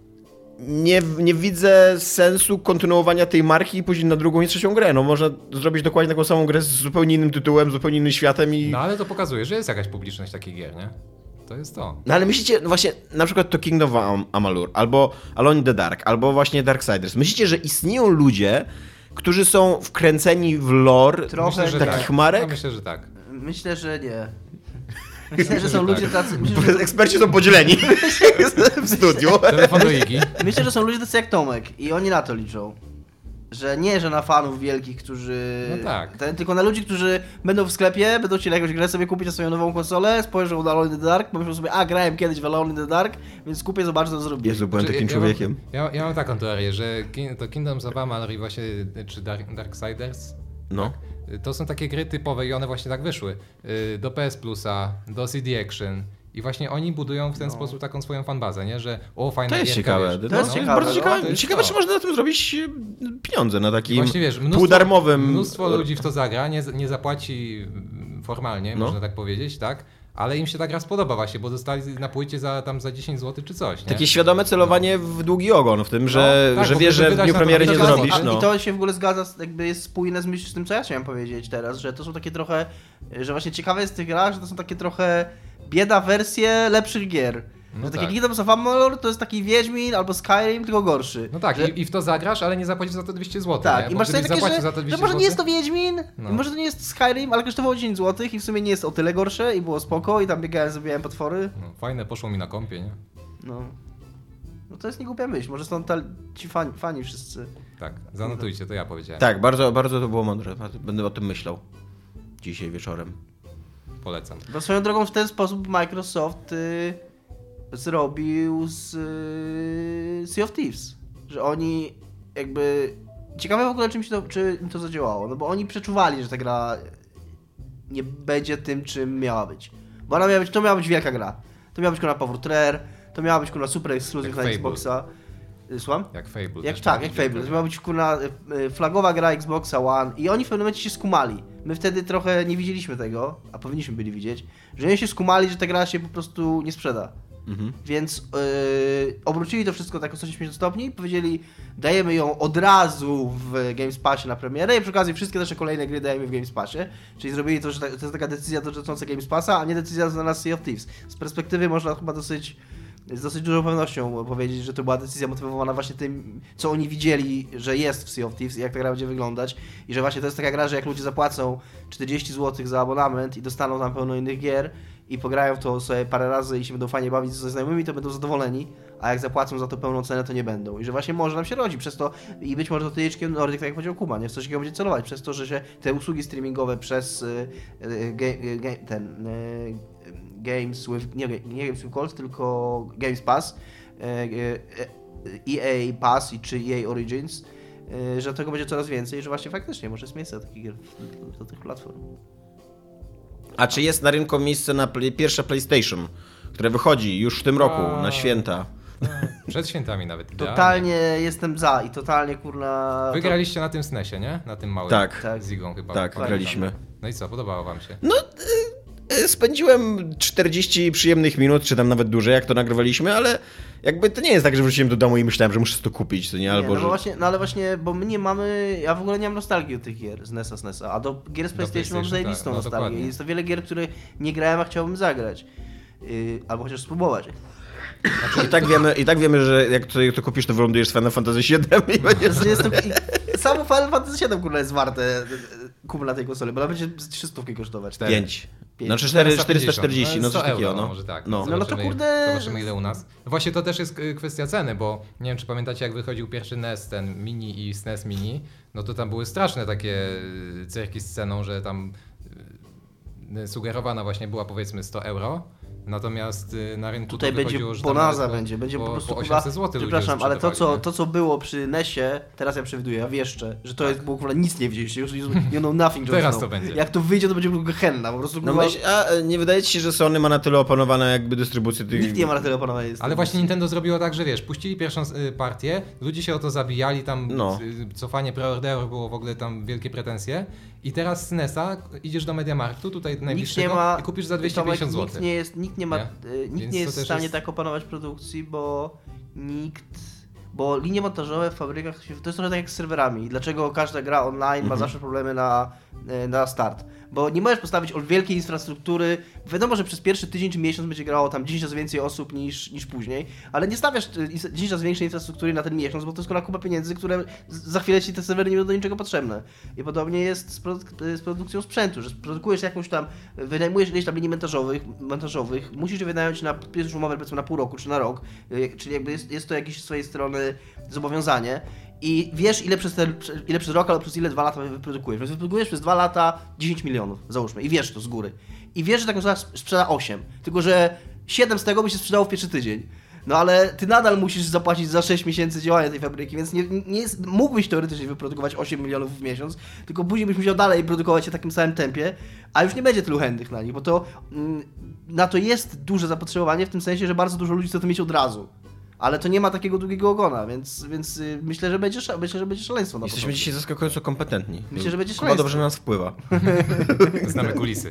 nie widzę sensu kontynuowania tej marki i później na drugą i trzecią grę. No można zrobić dokładnie taką samą grę z zupełnie innym tytułem, zupełnie innym światem i... No ale to pokazuje, że jest jakaś publiczność takich gier, nie? To jest to. No ale myślicie, no właśnie, na przykład to Kingdom of Amalur, albo Alone in the Dark, albo właśnie Darksiders. Myślicie, że istnieją ludzie, którzy są wkręceni w lore takich marek? No, myślę, że tak. Myślę, że nie. Myślę, że są ludzie tacy... Eksperci są podzieleni w studiu. Telefon do Igi. Myślę, że są ludzie tacy jak Tomek i oni na to liczą. Że nie, że na fanów wielkich, którzy... No tak. Tylko na ludzi, którzy będą w sklepie, będą chcieli jakąś grę sobie kupić na swoją nową konsolę, spojrzą na Alone in the Dark, pomyślą sobie, grałem kiedyś w Alone in the Dark, więc kupię, zobaczę, co zrobię. Jezu, byłem takim człowiekiem. Ja mam taką teorię, że to Kingdoms of Amalur i właśnie, czy Darksiders? No. To są takie gry typowe i one właśnie tak wyszły. Do PS Plusa, do CD Action. I właśnie oni budują w ten sposób taką swoją fanbazę, nie? Że fajna to jest gierka, ciekawe. Wiesz. To jest bardzo ciekawe. Ciekawe, czy można na tym zrobić pieniądze na takim właśnie, wiesz, półdarmowym... Mnóstwo ludzi w to zagra, nie zapłaci formalnie, można tak powiedzieć, tak? Ale im się ta gra spodoba właśnie, bo dostali na płycie za 10 zł czy coś, nie? Takie świadome celowanie w długi ogon, w tym, że wiesz, że w dniu premiery nie zrobisz. I to się w ogóle zgadza, jakby jest spójne z tym, co ja chciałem powiedzieć teraz, że to są takie trochę, że właśnie ciekawe jest w tych grach, że to są takie trochę bieda wersje lepszych gier. No takie Kingdoms of Amalur to jest taki Wiedźmin albo Skyrim, tylko gorszy. No tak, i w to zagrasz, ale nie zapłacisz za to 200 zł. Tak, nie? i masz sobie takie, że może nie jest to Wiedźmin, może to nie jest Skyrim, ale kosztowało 10 zł i w sumie nie jest o tyle gorsze i było spoko i tam biegałem, zabijałem potwory. No, fajne, poszło mi na kompie, nie? No to jest niegłupia myśl, może są ci fani wszyscy. Tak, zanotujcie, to ja powiedziałem. Tak, bardzo, bardzo to było mądre. Będę o tym myślał dzisiaj wieczorem. Polecam. Bo swoją drogą w ten sposób Microsoft zrobił z Sea of Thieves, że oni jakby... Ciekawe w ogóle czy im to zadziałało, no bo oni przeczuwali, że ta gra nie będzie tym, czym miała być. Bo ona to miała być wielka gra. To miała być na powrót Rare, to miała być super ekskluzyw na Xboxa. Słucham? Jak Fable. Jak Fable. To miała być flagowa gra Xboxa One i oni w pewnym momencie się skumali. My wtedy trochę nie widzieliśmy tego, a powinniśmy byli widzieć, że oni się skumali, że ta gra się po prostu nie sprzeda. Więc obrócili to wszystko tak o 180 stopni i powiedzieli, dajemy ją od razu w Games Passie na premierę i przy okazji wszystkie nasze kolejne gry dajemy w Games Passie. Czyli zrobili to, że to jest taka decyzja dotycząca Games Passa, a nie decyzja na Sea of Thieves. Z perspektywy można chyba z dosyć dużą pewnością powiedzieć, że to była decyzja motywowana właśnie tym, co oni widzieli, że jest w Sea of Thieves i jak ta gra będzie wyglądać. I że właśnie to jest taka gra, że jak ludzie zapłacą 40 zł za abonament i dostaną tam pełno innych gier i pograją w to sobie parę razy i się będą fajnie bawić ze znajomymi, to będą zadowoleni, a jak zapłacą za to pełną cenę, to nie będą. I że właśnie może nam się rodzi przez to, i być może to THQ Nordic, tak jak powiedział Kuba, nie w coś takiego będzie celować, przez to, że się te usługi streamingowe przez Games with, nie Games with Gold, tylko Games Pass, EA Pass czy EA Origins, że tego będzie coraz więcej, że właśnie faktycznie może jest miejsce takich gier do tych platform. A czy jest na rynku miejsce na pierwsze PlayStation, które wychodzi już w tym roku, na święta? Przed świętami nawet. Totalnie jestem za i totalnie kurna... Wygraliście na tym SNESie, nie? Na tym małym Zigą chyba. Tak, graliśmy. No i co, podobało wam się? No, spędziłem 40 przyjemnych minut, czy tam nawet dłużej, jak to nagrywaliśmy, ale jakby to nie jest tak, że wróciłem do domu i myślałem, że muszę to kupić, to nie? Albo no, że... właśnie, no ale właśnie, bo my nie mamy, ja w ogóle nie mam nostalgii do tych gier z NES-a, a do gier z PlayStation mam zajebistą nostalgię. Dokładnie. Jest to wiele gier, które nie grałem, a chciałbym zagrać. Albo chociaż spróbować. Znaczy, I tak wiemy, że jak to kupisz, to wylądujesz z Final Fantasy VII i będziesz... Samo Final Fantasy VII kurwa jest warte kupna tej konsoli, bo ona będzie 300 kosztować. 5. Znaczy 440, no coś takiego. No może tak. No to kurde... Zobaczymy ile u nas. Właśnie to też jest kwestia ceny, bo nie wiem czy pamiętacie jak wychodził pierwszy NES, ten mini i SNES mini, no to tam były straszne takie cyrki z ceną, że tam sugerowana właśnie była powiedzmy 100 euro Natomiast na rynku tutaj będzie bonanza, będzie po prostu po 800 zł. Przepraszam, ale to co było przy NES-ie, teraz ja przewiduję, ja wieszczę, że to jest było w ogóle nic nie wzięliście, you know nothing. Teraz to będzie. Jak to wyjdzie, to będzie gehenna, po prostu. A nie wydaje ci się, że Sony ma na tyle opanowane jakby dystrybucję tych... Nikt nie ma na tyle opanowanej. Ale właśnie Nintendo zrobiło tak, że wiesz, puścili pierwszą partię, ludzie się o to zabijali, tam cofanie preorderów było w ogóle tam wielkie pretensje i teraz z NES-a idziesz do MediaMarktu, tutaj najbliższego i kupisz za 250 zł. Nikt nie jest w stanie tak opanować produkcji, bo linie montażowe w fabrykach, to jest trochę tak jak z serwerami. Dlaczego każda gra online ma zawsze problemy na start? Bo nie możesz postawić wielkiej infrastruktury. Wiadomo, że przez pierwszy tydzień czy miesiąc będzie grało tam 10 razy więcej osób niż później, ale nie stawiasz 10 razy większej infrastruktury na ten miesiąc, bo to jest kupa pieniędzy, które za chwilę ci te serwery nie będą do niczego potrzebne. I podobnie jest z produkcją sprzętu, że produkujesz jakąś tam, wynajmujesz ileś tam linii montażowych, musisz je wynająć na pierwszą umowę powiedzmy na pół roku czy na rok, czyli jakby jest to jakieś z swojej strony zobowiązanie. I wiesz, ile przez rok albo przez ile 2 lata wyprodukujesz. Więc wyprodukujesz przez 2 lata 10 milionów, załóżmy, i wiesz to z góry. I wiesz, że ta konsola sprzeda 8, tylko że 7 z tego by się sprzedało w pierwszy tydzień. No ale ty nadal musisz zapłacić za 6 miesięcy działania tej fabryki, więc mógłbyś teoretycznie wyprodukować 8 milionów w miesiąc, tylko później byś musiał dalej produkować się w takim samym tempie, a już nie będzie tylu chętnych na nich, bo to na to jest duże zapotrzebowanie w tym sensie, że bardzo dużo ludzi chce to mieć od razu. Ale to nie ma takiego długiego ogona, więc myślę, że będzie szaleństwo. Jesteśmy dzisiaj zaskakująco kompetentni. Myślę, że będzie szaleństwo. Chyba dobrze na nas wpływa. Znamy kulisy.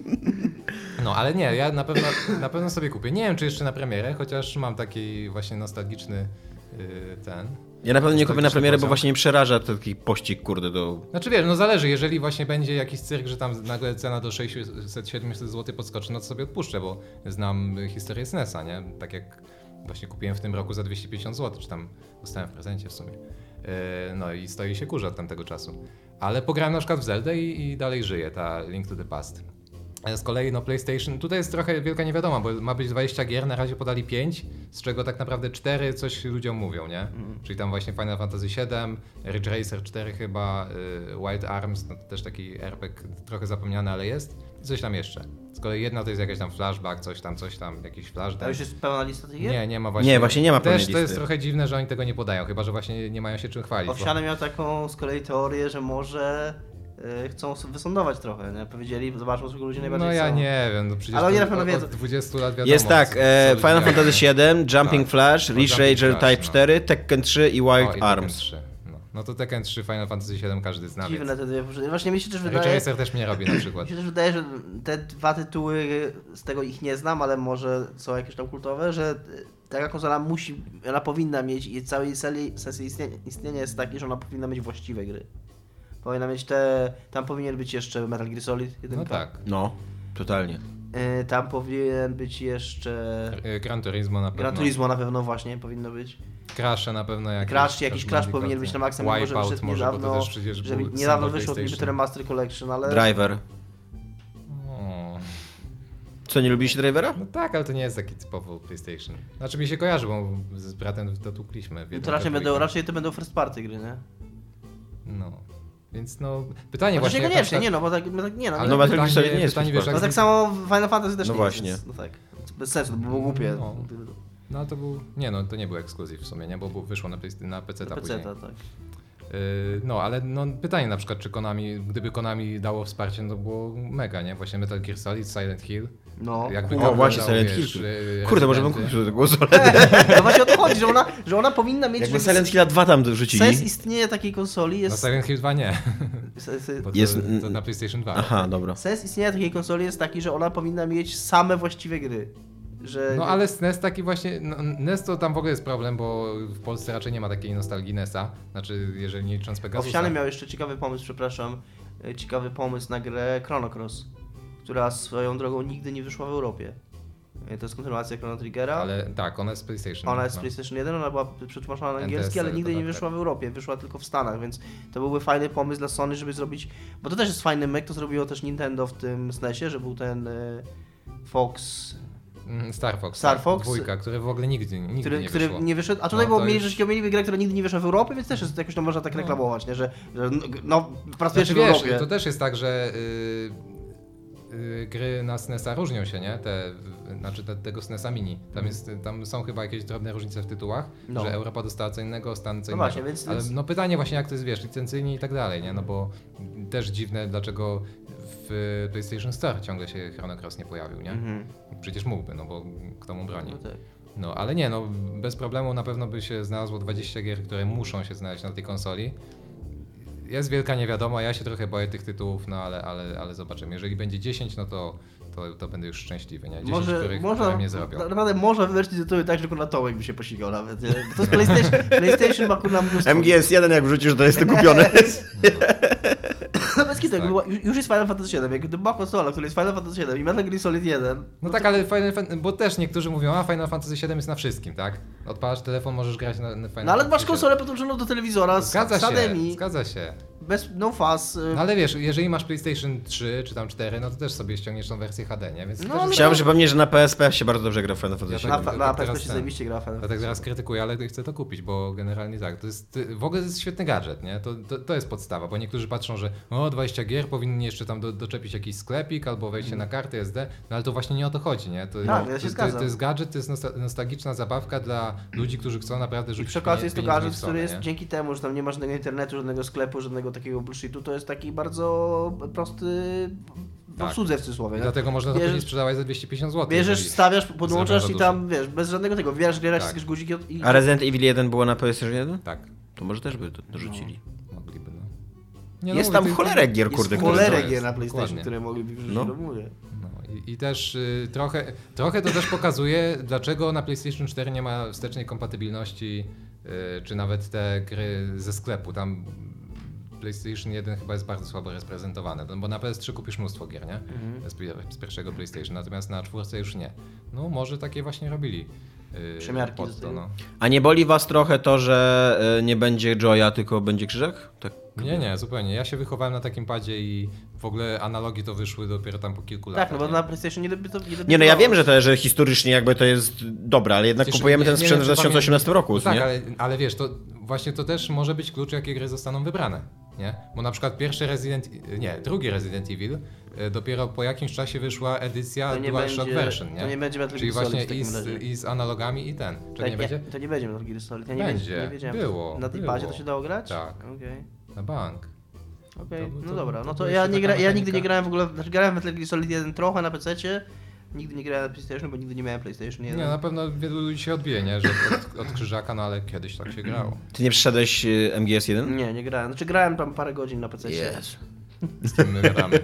No, ale nie, ja na pewno sobie kupię. Nie wiem, czy jeszcze na premierę, chociaż mam taki właśnie nostalgiczny Ja na pewno nie kupię na premierę, bo właśnie nie przeraża taki pościg, kurde, do... Znaczy wiesz, no zależy, jeżeli właśnie będzie jakiś cyrk, że tam nagle cena do 600-700 zł podskoczy, no to sobie odpuszczę, bo znam historię SNES-a, nie? Tak jak właśnie kupiłem w tym roku za 250 zł, czy tam dostałem w prezencie w sumie. No i stoi się kurze od tamtego czasu. Ale pograłem na przykład w Zeldę i dalej żyje ta Link to the Past. Z kolei no PlayStation, tutaj jest trochę wielka niewiadoma, bo ma być 20 gier, na razie podali 5, z czego tak naprawdę 4 coś ludziom mówią, nie? Czyli tam właśnie Final Fantasy VII, Ridge Racer 4 chyba, Wild Arms, no to też taki RPG trochę zapomniany, ale jest. I coś tam jeszcze. Z kolei jedna to jest jakaś tam flashback, coś tam, jakiś flash. A już jest pełna lista tych gier? Nie ma właśnie. Nie, właśnie nie ma pełnej listy. To jest trochę dziwne, że oni tego nie podają, chyba że właśnie nie mają się czym chwalić. Owsiany miał taką z kolei teorię, że może chcą wysądować trochę, nie? Powiedzieli, zobaczą, czego ludzie najbardziej chcą. No ja chcą. Nie wiem, no przecież ale oni na pewno wiedzą. Od 20 lat wiadomo. Jest tak, Final Fantasy VII, Jumping Flash, Ridge Racer Type 4, Tekken 3 i Wild Arms. No to Tekken 3, Final Fantasy VII każdy zna. Dziwne te dwie. Właśnie mi się też wydaje... Ridge Racer też mnie robi na przykład. Mi się też wydaje, że te dwa tytuły, z tego ich nie znam, ale może są jakieś tam kultowe, że taka konsola ona powinna mieć i całej sesji istnienia jest taki, że ona powinna mieć właściwe gry. Powinna mieć tam powinien być jeszcze Metal Gear Solid 1. No tak. No, totalnie. Tam powinien być jeszcze... Gran Turismo na pewno. Gran Turismo na pewno właśnie powinno być. Crashe na pewno jakiś Crash powinien być na maksa, mimo że wyszedł niedawno, że niedawno wyszło niby Remaster Collection, ale... Driver. Co, nie lubiliście Drivera? No tak, ale to nie jest taki typowo PlayStation. Znaczy mi się kojarzy, bo z bratem dotukliśmy. To raczej to będą first party gry, nie? No. Więc no, pytanie właśnie... Niekoniecznie, przykład... nie no, bo tak nie no. Ale no Metal Gear Solid nie jest wiesz, no tak samo Final Fantasy też no nie właśnie. jest. No tak. Bez sensu, to było głupie. No to był... Nie no, to nie był ekskluzyw w sumie, nie? Bo wyszło na PC-ta później. Tak. No, ale no, pytanie na przykład, czy gdyby Konami dało wsparcie, no to było mega, nie? Właśnie Metal Gear Solid, Silent Hill. No. Jakby właśnie Silent Hill. Kurde, może bym kupił tego konsolę. No właśnie o to chodzi, że ona powinna mieć... Jakby Silent Hill 2 tam dorzucili. Sens istnienia takiej konsoli jest... No Silent Hill 2 nie. Bo to na PlayStation 2. Aha, dobra. Sens istnienia takiej konsoli jest taki, że ona powinna mieć same właściwe gry. No ale NES taki właśnie, NES to tam w ogóle jest problem, bo w Polsce raczej nie ma takiej nostalgii NES-a, znaczy jeżeli nie licząc Pegasusa. Owsiany miał jeszcze ciekawy pomysł na grę Chrono Cross, która swoją drogą nigdy nie wyszła w Europie. To jest kontynuacja Chrono Triggera. Ale tak, ona jest PlayStation. Ona jest PlayStation 1, ona była przetłumaczona na angielski, ale nigdy nie wyszła w Europie, wyszła tylko w Stanach, więc to byłby fajny pomysł dla Sony, żeby zrobić, bo to też jest fajny myk, to zrobiło też Nintendo w tym SNES-ie, że był ten Fox... Star Fox, dwójka, który w ogóle nigdy nie wyszło. Nie wyszedł, a tutaj mieli grę, która nigdy nie wyszła w Europie, więc też jest jakoś tam można tak reklamować, nie? że po raz pierwszy w Europie. To też jest tak, że gry na SNES-a różnią się, nie? Tego SNES-a mini. Tam są chyba jakieś drobne różnice w tytułach, że Europa dostała co innego, Stany co innego. Właśnie, więc... Ale no pytanie właśnie, jak to jest, wiesz, licencyjnie i tak dalej, nie? No bo też dziwne, dlaczego w PlayStation Store ciągle się Chrono Cross nie pojawił, nie? Przecież mógłby, no bo kto mu broni. No tak. No ale nie, no bez problemu na pewno by się znalazło 20 gier, które muszą się znaleźć na tej konsoli. Jest wielka niewiadoma, ja się trochę boję tych tytułów, no ale zobaczymy. Jeżeli będzie 10, no to będę już szczęśliwy, nie? 10, które mnie zrobią. Naprawdę można wybrać tytuły tak, że na Tomek by się posikał nawet, nie? To jest PlayStation ma kurna mnóstwo. MGS1 jak wrzucisz, to jest to kupione. No bez kitu, już jest Final Fantasy 7, jak była konsola, która jest Final Fantasy 7 i Metal Gear Solid 1. No tak, ale bo też niektórzy mówią, a Final Fantasy 7 jest na wszystkim, tak? Odpalasz telefon, możesz grać na Final Fantasy. No ale masz konsolę podłączoną do telewizora z HDMI. Zgadza się. Bez no fuzz. No ale wiesz, jeżeli masz PlayStation 3 czy tam 4, no to też sobie ściągniesz tą wersję HD, nie? Więc Chciałem przypomnieć, że na PSP się bardzo dobrze gra w Final Fantasy 7. Na PSP się zajebiście gra Final Fantasy. Dlatego teraz krytykuję, ale chcę to kupić, bo generalnie tak, w ogóle to jest świetny gadżet, nie? To jest podstawa, bo niektórzy patrzą, że 20 gier, powinni jeszcze tam doczepić jakiś sklepik albo wejście na kartę SD, no ale to właśnie nie o to chodzi, nie? To jest gadżet, to jest nostalgiczna zabawka dla ludzi, którzy chcą naprawdę rzucić. I przy okazji jest to gadżet, który jest dzięki temu, że tam nie ma żadnego internetu, żadnego sklepu, żadnego takiego bullshitu, to jest taki bardzo prosty w obsłudze w cudzysłowie. Dlatego można to później sprzedawać za 250 zł. Bierzesz, stawiasz, podłączasz i tam, wiesz, bez żadnego tego, wiesz, grasz jakieś guziki. A Resident Evil 1 było na PlayStation 1? Tak. To może też by to dorzucili. Mogliby, no. Nie, jest tam cholerę gier, kurde. Jest cholerę gier na PlayStation, które mogliby wrzucić, no mówię. I też trochę to też pokazuje, dlaczego na PlayStation 4 nie ma wstecznej kompatybilności, czy nawet te gry ze sklepu. Tam PlayStation 1 chyba jest bardzo słabo reprezentowane, bo na PS3 kupisz mnóstwo gier, nie? Z pierwszego PlayStation, natomiast na 4 już nie. No może takie właśnie robili. Przemiarki pod to, no. A nie boli was trochę to, że nie będzie Joya, tylko będzie krzyżak? Tak. Nie, zupełnie. Ja się wychowałem na takim padzie i w ogóle analogi to wyszły dopiero tam po kilku latach. Tak, no bo na PlayStation nie, no ja wiem, że historycznie jakby to jest dobre, ale jednak kupujemy ten sprzęt w 2018 roku, tak, nie? Ale wiesz, to właśnie to też może być klucz, jakie gry zostaną wybrane, nie? Bo na przykład drugi Resident Evil, dopiero po jakimś czasie wyszła edycja DualShock Version, nie? To nie będzie Metal Gear Solid. Czyli właśnie i z analogami i ten. Czego nie będzie? To nie będzie Metal Gear Solid. Ja będzie, nie wiedziałem. było. Na tej bazie to się dało grać? Tak. Okay. Na bank. Okej, no dobra. No to ja nigdy nie grałem w ogóle, znaczy grałem w Metal Gear Solid 1 trochę na PC-cie. Nigdy nie grałem na PlayStation, bo nigdy nie miałem PlayStation 1. Nie, na pewno wielu ludzi się odbije, nie? Że od krzyżaka, no ale kiedyś tak się grało. Ty nie przeszedłeś MGS1? Nie grałem. Znaczy grałem tam parę godzin na PC-cie. Yes. Z tym my gadamy.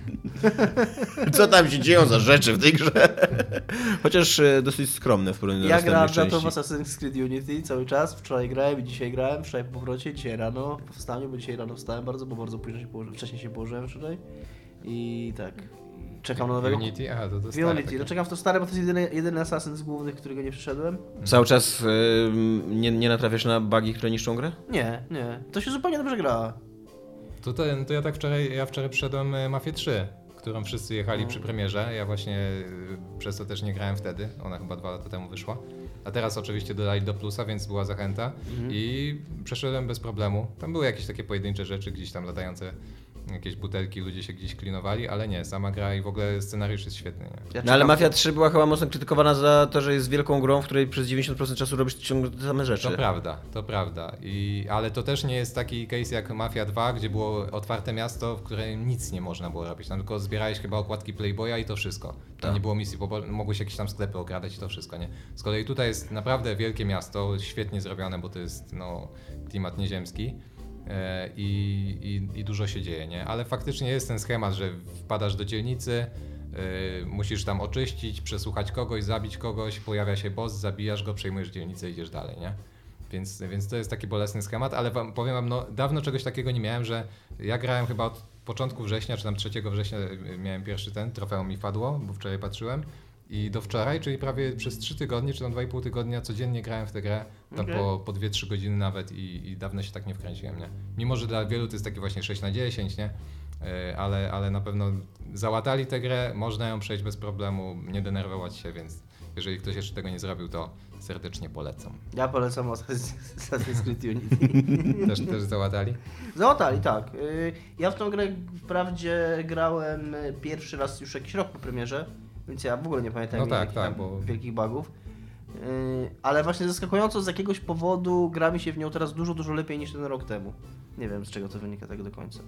Co tam się dzieją za rzeczy w tej grze? Chociaż dosyć skromne w porównaniu do następnych części. Ja grałem w Assassin's Creed Unity cały czas. Wczoraj grałem i dzisiaj grałem. Wczoraj po powrocie, dzisiaj rano po wstaniu, bo dzisiaj rano wstałem bo bardzo późno się położyłem. Wcześniej się położyłem wczoraj. I tak. Czekam na nowego. Unity? Aha, to Unity. No czekam w to stare, bo to jest jedyny Assassin z głównych, którego nie przeszedłem. Cały czas nie natrafiasz na bugi, które niszczą grę? Nie. To się zupełnie dobrze gra. To ja tak wczoraj przyszedłem Mafię 3, którą wszyscy jechali przy premierze. Ja właśnie przez to też nie grałem wtedy. Ona chyba 2 lata temu wyszła. A teraz oczywiście dodali do plusa, więc była zachęta. I przeszedłem bez problemu. Tam były jakieś takie pojedyncze rzeczy, gdzieś tam latające jakieś butelki, ludzie się gdzieś klinowali, ale nie, sama gra i w ogóle scenariusz jest świetny. Nie? No ale Mafia 3 była chyba mocno krytykowana za to, że jest wielką grą, w której przez 90% czasu robisz ciągle te same rzeczy. To prawda. Ale to też nie jest taki case jak Mafia 2, gdzie było otwarte miasto, w którym nic nie można było robić. Tam tylko zbierałeś chyba okładki Playboya i to wszystko. Tam nie było misji, mogłeś jakieś tam sklepy okradać i to wszystko, nie? Z kolei tutaj jest naprawdę wielkie miasto, świetnie zrobione, bo to jest klimat nieziemski. I dużo się dzieje, nie? Ale faktycznie jest ten schemat, że wpadasz do dzielnicy, musisz tam oczyścić, przesłuchać kogoś, zabić kogoś, pojawia się boss, zabijasz go, przejmujesz dzielnicę i idziesz dalej, nie? Więc to jest taki bolesny schemat, ale powiem wam, dawno czegoś takiego nie miałem, że ja grałem chyba od początku września, czy tam 3 września miałem pierwszy trofeum mi wpadło, bo wczoraj patrzyłem. I do wczoraj, czyli prawie przez 3 tygodnie, czy tam 2,5 tygodnia codziennie grałem w tę grę, tam po 2-3 godziny nawet i dawno się tak nie wkręciłem, nie? Mimo, że dla wielu to jest takie właśnie 6/10, nie? Ale na pewno załatali tę grę, można ją przejść bez problemu, nie denerwować się, Jeżeli ktoś jeszcze tego nie zrobił, to serdecznie polecam. Ja polecam Assassin's Creed Unity. Też załatali? Załatali, tak. Ja w tą grę wprawdzie grałem pierwszy raz już jakiś rok po premierze, więc ja w ogóle nie pamiętam wielkich bugów. Ale właśnie zaskakująco z jakiegoś powodu gra mi się w nią teraz dużo lepiej niż ten rok temu. Nie wiem, z czego to wynika tak do końca.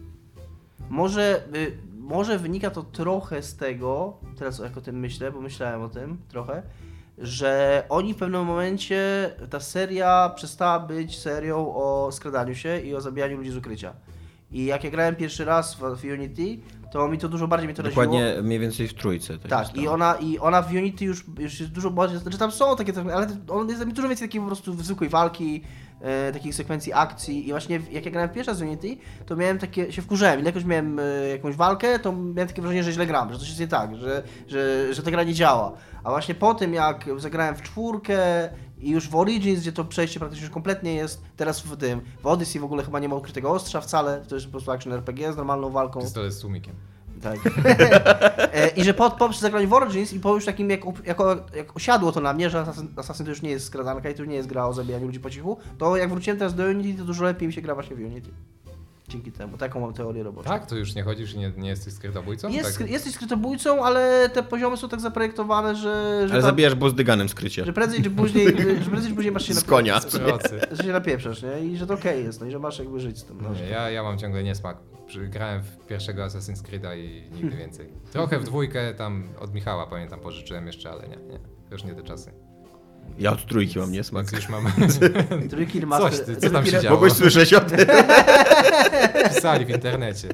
Może wynika to trochę z tego, teraz jak o tym myślę, bo myślałem o tym trochę, że oni w pewnym momencie, ta seria przestała być serią o skradaniu się i o zabijaniu ludzi z ukrycia. I jak ja grałem pierwszy raz w Unity, to mi to dużo bardziej mnie to raziło. Dokładnie mniej więcej w trójce. Tak, i ona w Unity już jest dużo bardziej, znaczy tam są takie, ale on jest dużo więcej takiej po prostu zwykłej walki, takich sekwencji akcji i właśnie jak ja grałem pierwszy raz w Unity, to miałem takie, się wkurzałem i jakoś miałem jakąś walkę, to miałem takie wrażenie, że źle gram, że coś jest nie tak, że ta gra nie działa. A właśnie po tym jak zagrałem w 4 i już w Origins, gdzie to przejście praktycznie już kompletnie jest, teraz w Odyssey w ogóle chyba nie ma ukrytego ostrza wcale, to jest po prostu action RPG z normalną walką. Pistolet z tłumikiem. Tak. I że po zagraniu w Origins i po już takim, jak osiadło to na mnie, że Assassin to już nie jest skradanka i to już nie jest gra o zabijaniu ludzi po cichu, to jak wróciłem teraz do Unity, to dużo lepiej mi się gra właśnie w Unity. Dzięki temu. Taką mam teorię roboczą. Tak? To już nie chodzisz i nie jesteś skrytobójcą? Jesteś skrytobójcą, ale te poziomy są tak zaprojektowane, że ale zabijasz buzdyganem skrycie. Że prędzej czy później masz się z konia. Że się napieprzasz, nie? I że to okej jest, no i że masz jakby żyć z tym. Nie, ja mam ciągle niesmak. Grałem w pierwszego Assassin's Creed'a i nigdy więcej. Trochę w 2 tam od Michała pamiętam pożyczyłem jeszcze, ale nie. To już nie te czasy. Ja od 3 mam niesmak. Już mam... Trójki remaster. Co tam się działo? Mogłeś słyszeć o tym? Pisali w internecie.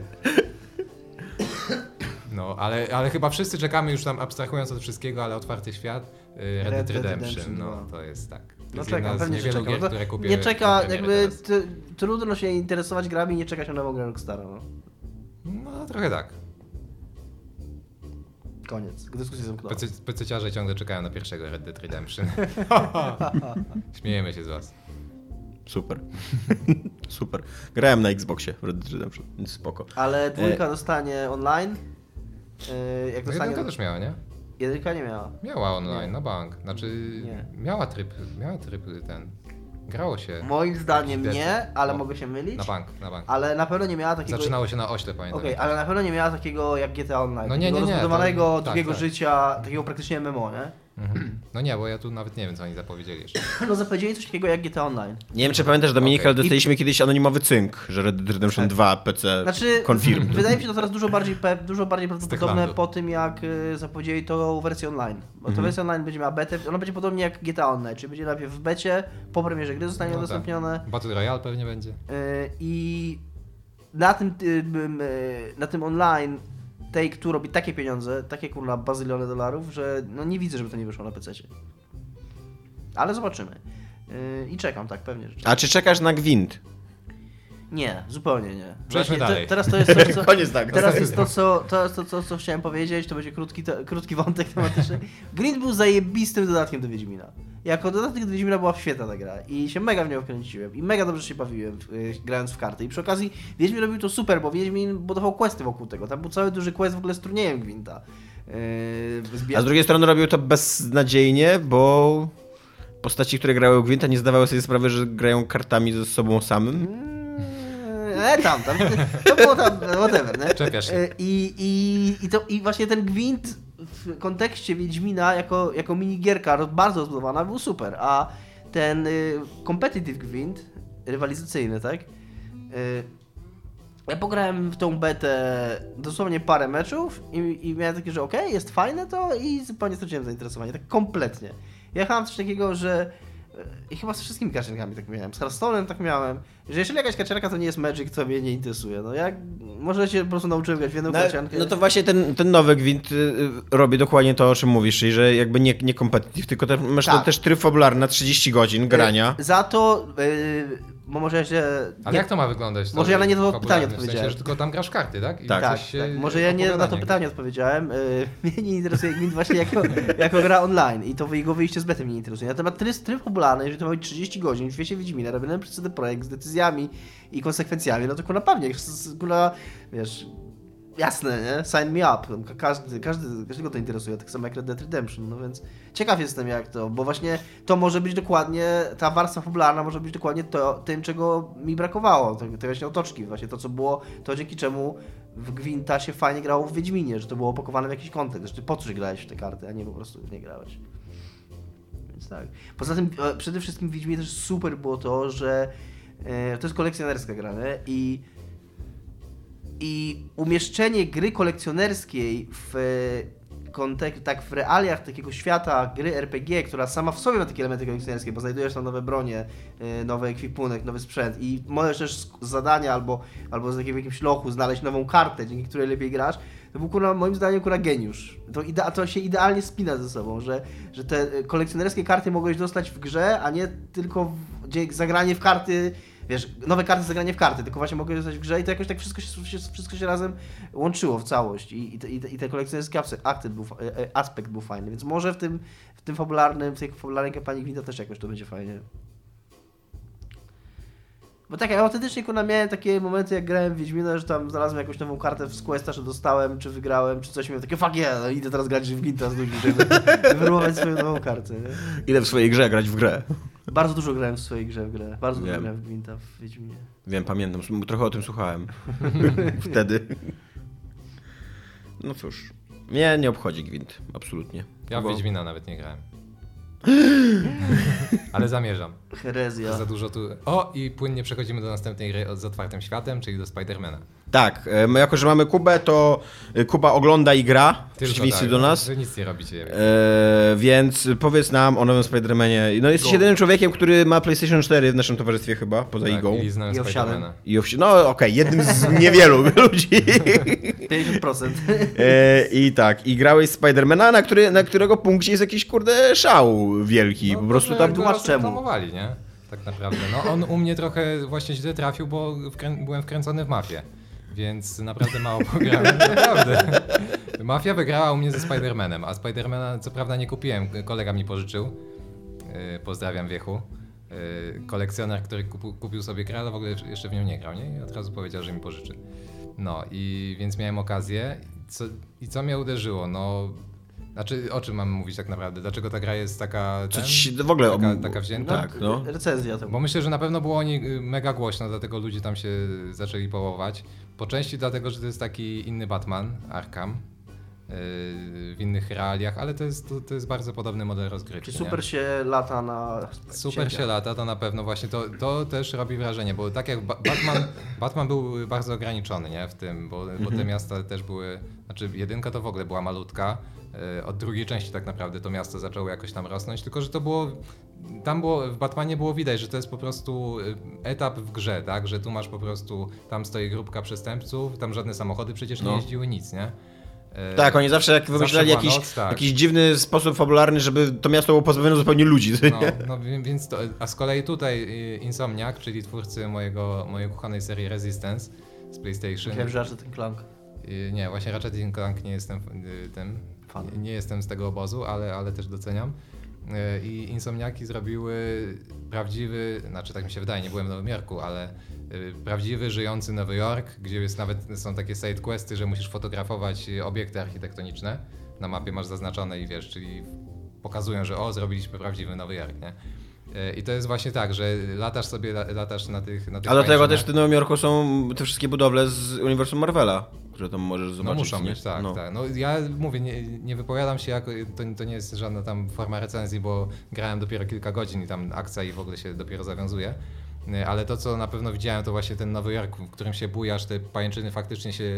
No, ale chyba wszyscy czekamy już tam, abstrahując od wszystkiego, ale otwarty świat, Red Dead Redemption, no to jest tak. To jest czekam, jedna z niewielu gier, które kupię. Nie czeka, jakby trudno się interesować grami i nie czekać na nową grę Rockstara, no. No, trochę tak. Koniec. Dyskusja zamknęła. PC-ciarze ciągle czekają na pierwszego Red Dead Redemption. Śmiejemy się z was. Super. Super. Grałem na Xboxie w Red Dead Redemption, więc spoko. Ale 2 dostanie online. Jak no dostanie... 1 też miała, nie? 1 nie miała. Miała online, na bank. Znaczy, nie. miała tryb ten. Grało się. Moim zdaniem nie, ale mogę się mylić. Na bank. Ale na pewno nie miała takiego... Zaczynało się na ośle, pamiętam. Okej, ale na pewno nie miała takiego jak GTA Online. No nie. Rozbudowanego drugiego życia, takiego praktycznie MMO, nie? No nie, bo ja tu nawet nie wiem, co oni zapowiedzieli jeszcze. No zapowiedzieli coś takiego jak GTA Online. Nie wiem, czy pamiętasz, Dominik, ale dostaliśmy kiedyś anonimowy cynk, że Red Dead Redemption 2 PC confirm. Wydaje mi się to teraz dużo bardziej prawdopodobne po tym, jak zapowiedzieli tą wersję online. Bo ta wersja online będzie miała betę, ona będzie podobnie jak GTA Online, czyli będzie najpierw w becie, po premierze gry zostanie udostępnione. Tak. Battle Royale pewnie będzie. I na tym online Take-Two robi takie pieniądze, takie kurwa bazyliony dolarów, że no nie widzę, żeby to nie wyszło na PC-cie. Ale zobaczymy. I czekam, tak, pewnie. A czy czekasz na Gwint? Nie, zupełnie nie. Przejdźmy dalej. Teraz to jest to, co, Koniec tak. Teraz jest to, co chciałem powiedzieć, to będzie krótki wątek tematyczny. Gwint był zajebistym dodatkiem do Wiedźmina. Jako dodatek do Wiedźmina była świetna ta gra i się mega w nią wkręciłem i mega dobrze się bawiłem grając w karty. I przy okazji Wiedźmin robił to super, bo Wiedźmin budował questy wokół tego. Tam był cały duży quest w ogóle z turniejem Gwinta. A z drugiej strony robił to beznadziejnie, bo postaci, które grały w Gwinta, nie zdawały sobie sprawy, że grają kartami ze sobą samym. Tam. To było tam, whatever, nie? Czepiasz się. I właśnie ten Gwint w kontekście Wiedźmina jako minigierka bardzo rozbudowana był super, a ten competitive Gwint, rywalizacyjny, tak? Ja pograłem w tą betę dosłownie parę meczów i miałem takie, że okej, jest fajne to i zupełnie straciłem zainteresowanie, tak kompletnie. Ja mam coś takiego, że i chyba z wszystkimi kaczerkami tak miałem. Z Hearthstone'em tak miałem, że jeżeli jakaś kaczerka to nie jest Magic, to mnie nie interesuje. No jak może się po prostu nauczyłem grać w jedną kaczerkę. No to właśnie ten nowy Gwint robi dokładnie to, o czym mówisz, czyli że jakby nie competitive, tylko masz też tryb fabularny na 30 godzin grania. Za to, bo może ja się... Ale jak to ma wyglądać? Może ja na nie to pytanie odpowiedziałem. W sensie, że tylko tam grasz karty, tak? I tak. Może ja nie na to pytanie odpowiedziałem. Mnie nie interesuje Gwint właśnie jako gra online i to jego wyjście z bety mnie nie interesuje. Natomiast tryb fabularny, jeżeli to ma być 30 godzin w świecie Wiedźmina, robiony przez CD Projekt z decyzjami i konsekwencjami, no to kurwa pewnie, wiesz, jasne, nie? Sign me up. Każdego to interesuje, tak samo jak Red Dead Redemption, no więc ciekaw jestem jak to, bo właśnie to może być dokładnie, ta warstwa fabularna może być dokładnie tym, czego mi brakowało, te właśnie otoczki, właśnie to, co było, to dzięki czemu w Gwinta się fajnie grało w Wiedźminie, że to było opakowane w jakiś kontekst, że ty po coś grałeś w te karty, a nie po prostu w nie grałeś. Więc tak. Poza tym przede wszystkim w Wiedźminie też super było to, że to jest kolekcjonerska gra, nie? I umieszczenie gry kolekcjonerskiej w realiach takiego świata gry RPG, która sama w sobie ma takie elementy kolekcjonerskie, bo znajdujesz tam nowe bronie, nowy ekwipunek, nowy sprzęt i możesz też z zadania albo z jakiegoś lochu znaleźć nową kartę, dzięki której lepiej grasz, to był moim zdaniem geniusz. To się idealnie spina ze sobą, że te kolekcjonerskie karty mogłeś dostać w grze, a nie tylko zagranie w karty. Wiesz, nowe karty, zagranie w karty, tylko właśnie mogę zostać w grze i to jakoś tak wszystko się razem łączyło w całość i ten kolekcjonerski aspekt był fajny, więc może w tej fabularnej kampanii Gwinta też jakoś to będzie fajnie. Bo tak, ja autentycznie miałem takie momenty, jak grałem w Wiedźmina, że tam znalazłem jakąś nową kartę z Questa, czy dostałem, czy wygrałem, czy coś, miałem takie fuck yeah, no idę teraz grać w Gwinta z ludźmi, żeby wyrównać swoją nową kartę. Nie? Ile w swojej grze grać w grę? Bardzo dużo grałem w swojej grze w grę. Bardzo dużo grałem w Gwinta w Wiedźminie. Wiem, pamiętam. Trochę o tym słuchałem. Wtedy. No cóż. Mnie nie obchodzi Gwint. Absolutnie. Ja w Wiedźmina nawet nie grałem. Ale zamierzam. Herezja. Za dużo tu... O, i płynnie przechodzimy do następnej gry z otwartym światem, czyli do Spidermana. Tak, my jako, że mamy Kubę, to Kuba ogląda i gra w przeciwieństwie do nas. Wy nic nie robicie. Więc powiedz nam o nowym Spider-Manie. No jesteś jedynym człowiekiem, który ma PlayStation 4 w naszym towarzystwie chyba, poza Igą. I Spidermana. No okej, jednym z niewielu ludzi. 50%. I tak, i grałeś Spider-Mana, na którego punkcie jest jakiś kurde szał wielki. No, po prostu tam tłumacz czemu. Reklamowali, nie? Tak naprawdę. No on u mnie trochę właśnie źle trafił, bo byłem wkręcony w mafię. Więc naprawdę mało pograłem, naprawdę. Mafia wygrała u mnie ze Spider-Manem, a Spider-Mana co prawda nie kupiłem, kolega mi pożyczył. Pozdrawiam Wiechu. Kolekcjoner, który kupił sobie grę, ale w ogóle jeszcze w nią nie grał, nie? I od razu powiedział, że mi pożyczy. No i więc miałem okazję. Co mnie uderzyło? No, znaczy, o czym mamy mówić tak naprawdę? Dlaczego ta gra jest taka... w ogóle taka wzięta? Tak, no. Recenzja to. Bo myślę, że na pewno było o niej mega głośno, dlatego ludzie tam się zaczęli połować. Po części dlatego, że to jest taki inny Batman, Arkham, w innych realiach, ale to jest bardzo podobny model rozgrywki. Czyli super się lata na... Super się lata, to na pewno właśnie to też robi wrażenie, bo tak jak Batman był bardzo ograniczony, nie, w tym, bo te miasta też były, znaczy jedynka to w ogóle była malutka, od drugiej części tak naprawdę to miasto zaczęło jakoś tam rosnąć, tylko że to było, w Batmanie było widać, że to jest po prostu etap w grze, tak, że tu masz po prostu, tam stoi grupka przestępców, tam żadne samochody przecież nie jeździły, nic, nie? Tak, oni zawsze wymyślali jakiś dziwny sposób fabularny, żeby to miasto było pozbawione zupełnie ludzi. No więc to, a z kolei tutaj Insomniac, czyli twórcy mojej ukochanej serii Resistance z PlayStation. Wiem, że Ratchet & Clank. Nie, właśnie Ratchet & Clank nie jestem tym. Nie jestem z tego obozu, ale też doceniam. I Insomniaki zrobiły prawdziwy, znaczy tak mi się wydaje, nie byłem w Nowym Jorku, ale prawdziwy, żyjący Nowy Jork, gdzie są takie side questy, że musisz fotografować obiekty architektoniczne. Na mapie masz zaznaczone i wiesz, czyli pokazują, że zrobiliśmy prawdziwy Nowy Jork, nie? I to jest właśnie tak, że latasz na tych A do tego też w tym Nowym Jorku są te wszystkie budowle z uniwersum Marvela, które tam możesz zobaczyć. No muszą być, tak, tak. No ja mówię, nie wypowiadam się, to nie jest żadna tam forma recenzji, bo grałem dopiero kilka godzin i tam akcja i w ogóle się dopiero zawiązuje. Ale to, co na pewno widziałem, to właśnie ten Nowy Jork, w którym się bujasz, te pajęczyny faktycznie się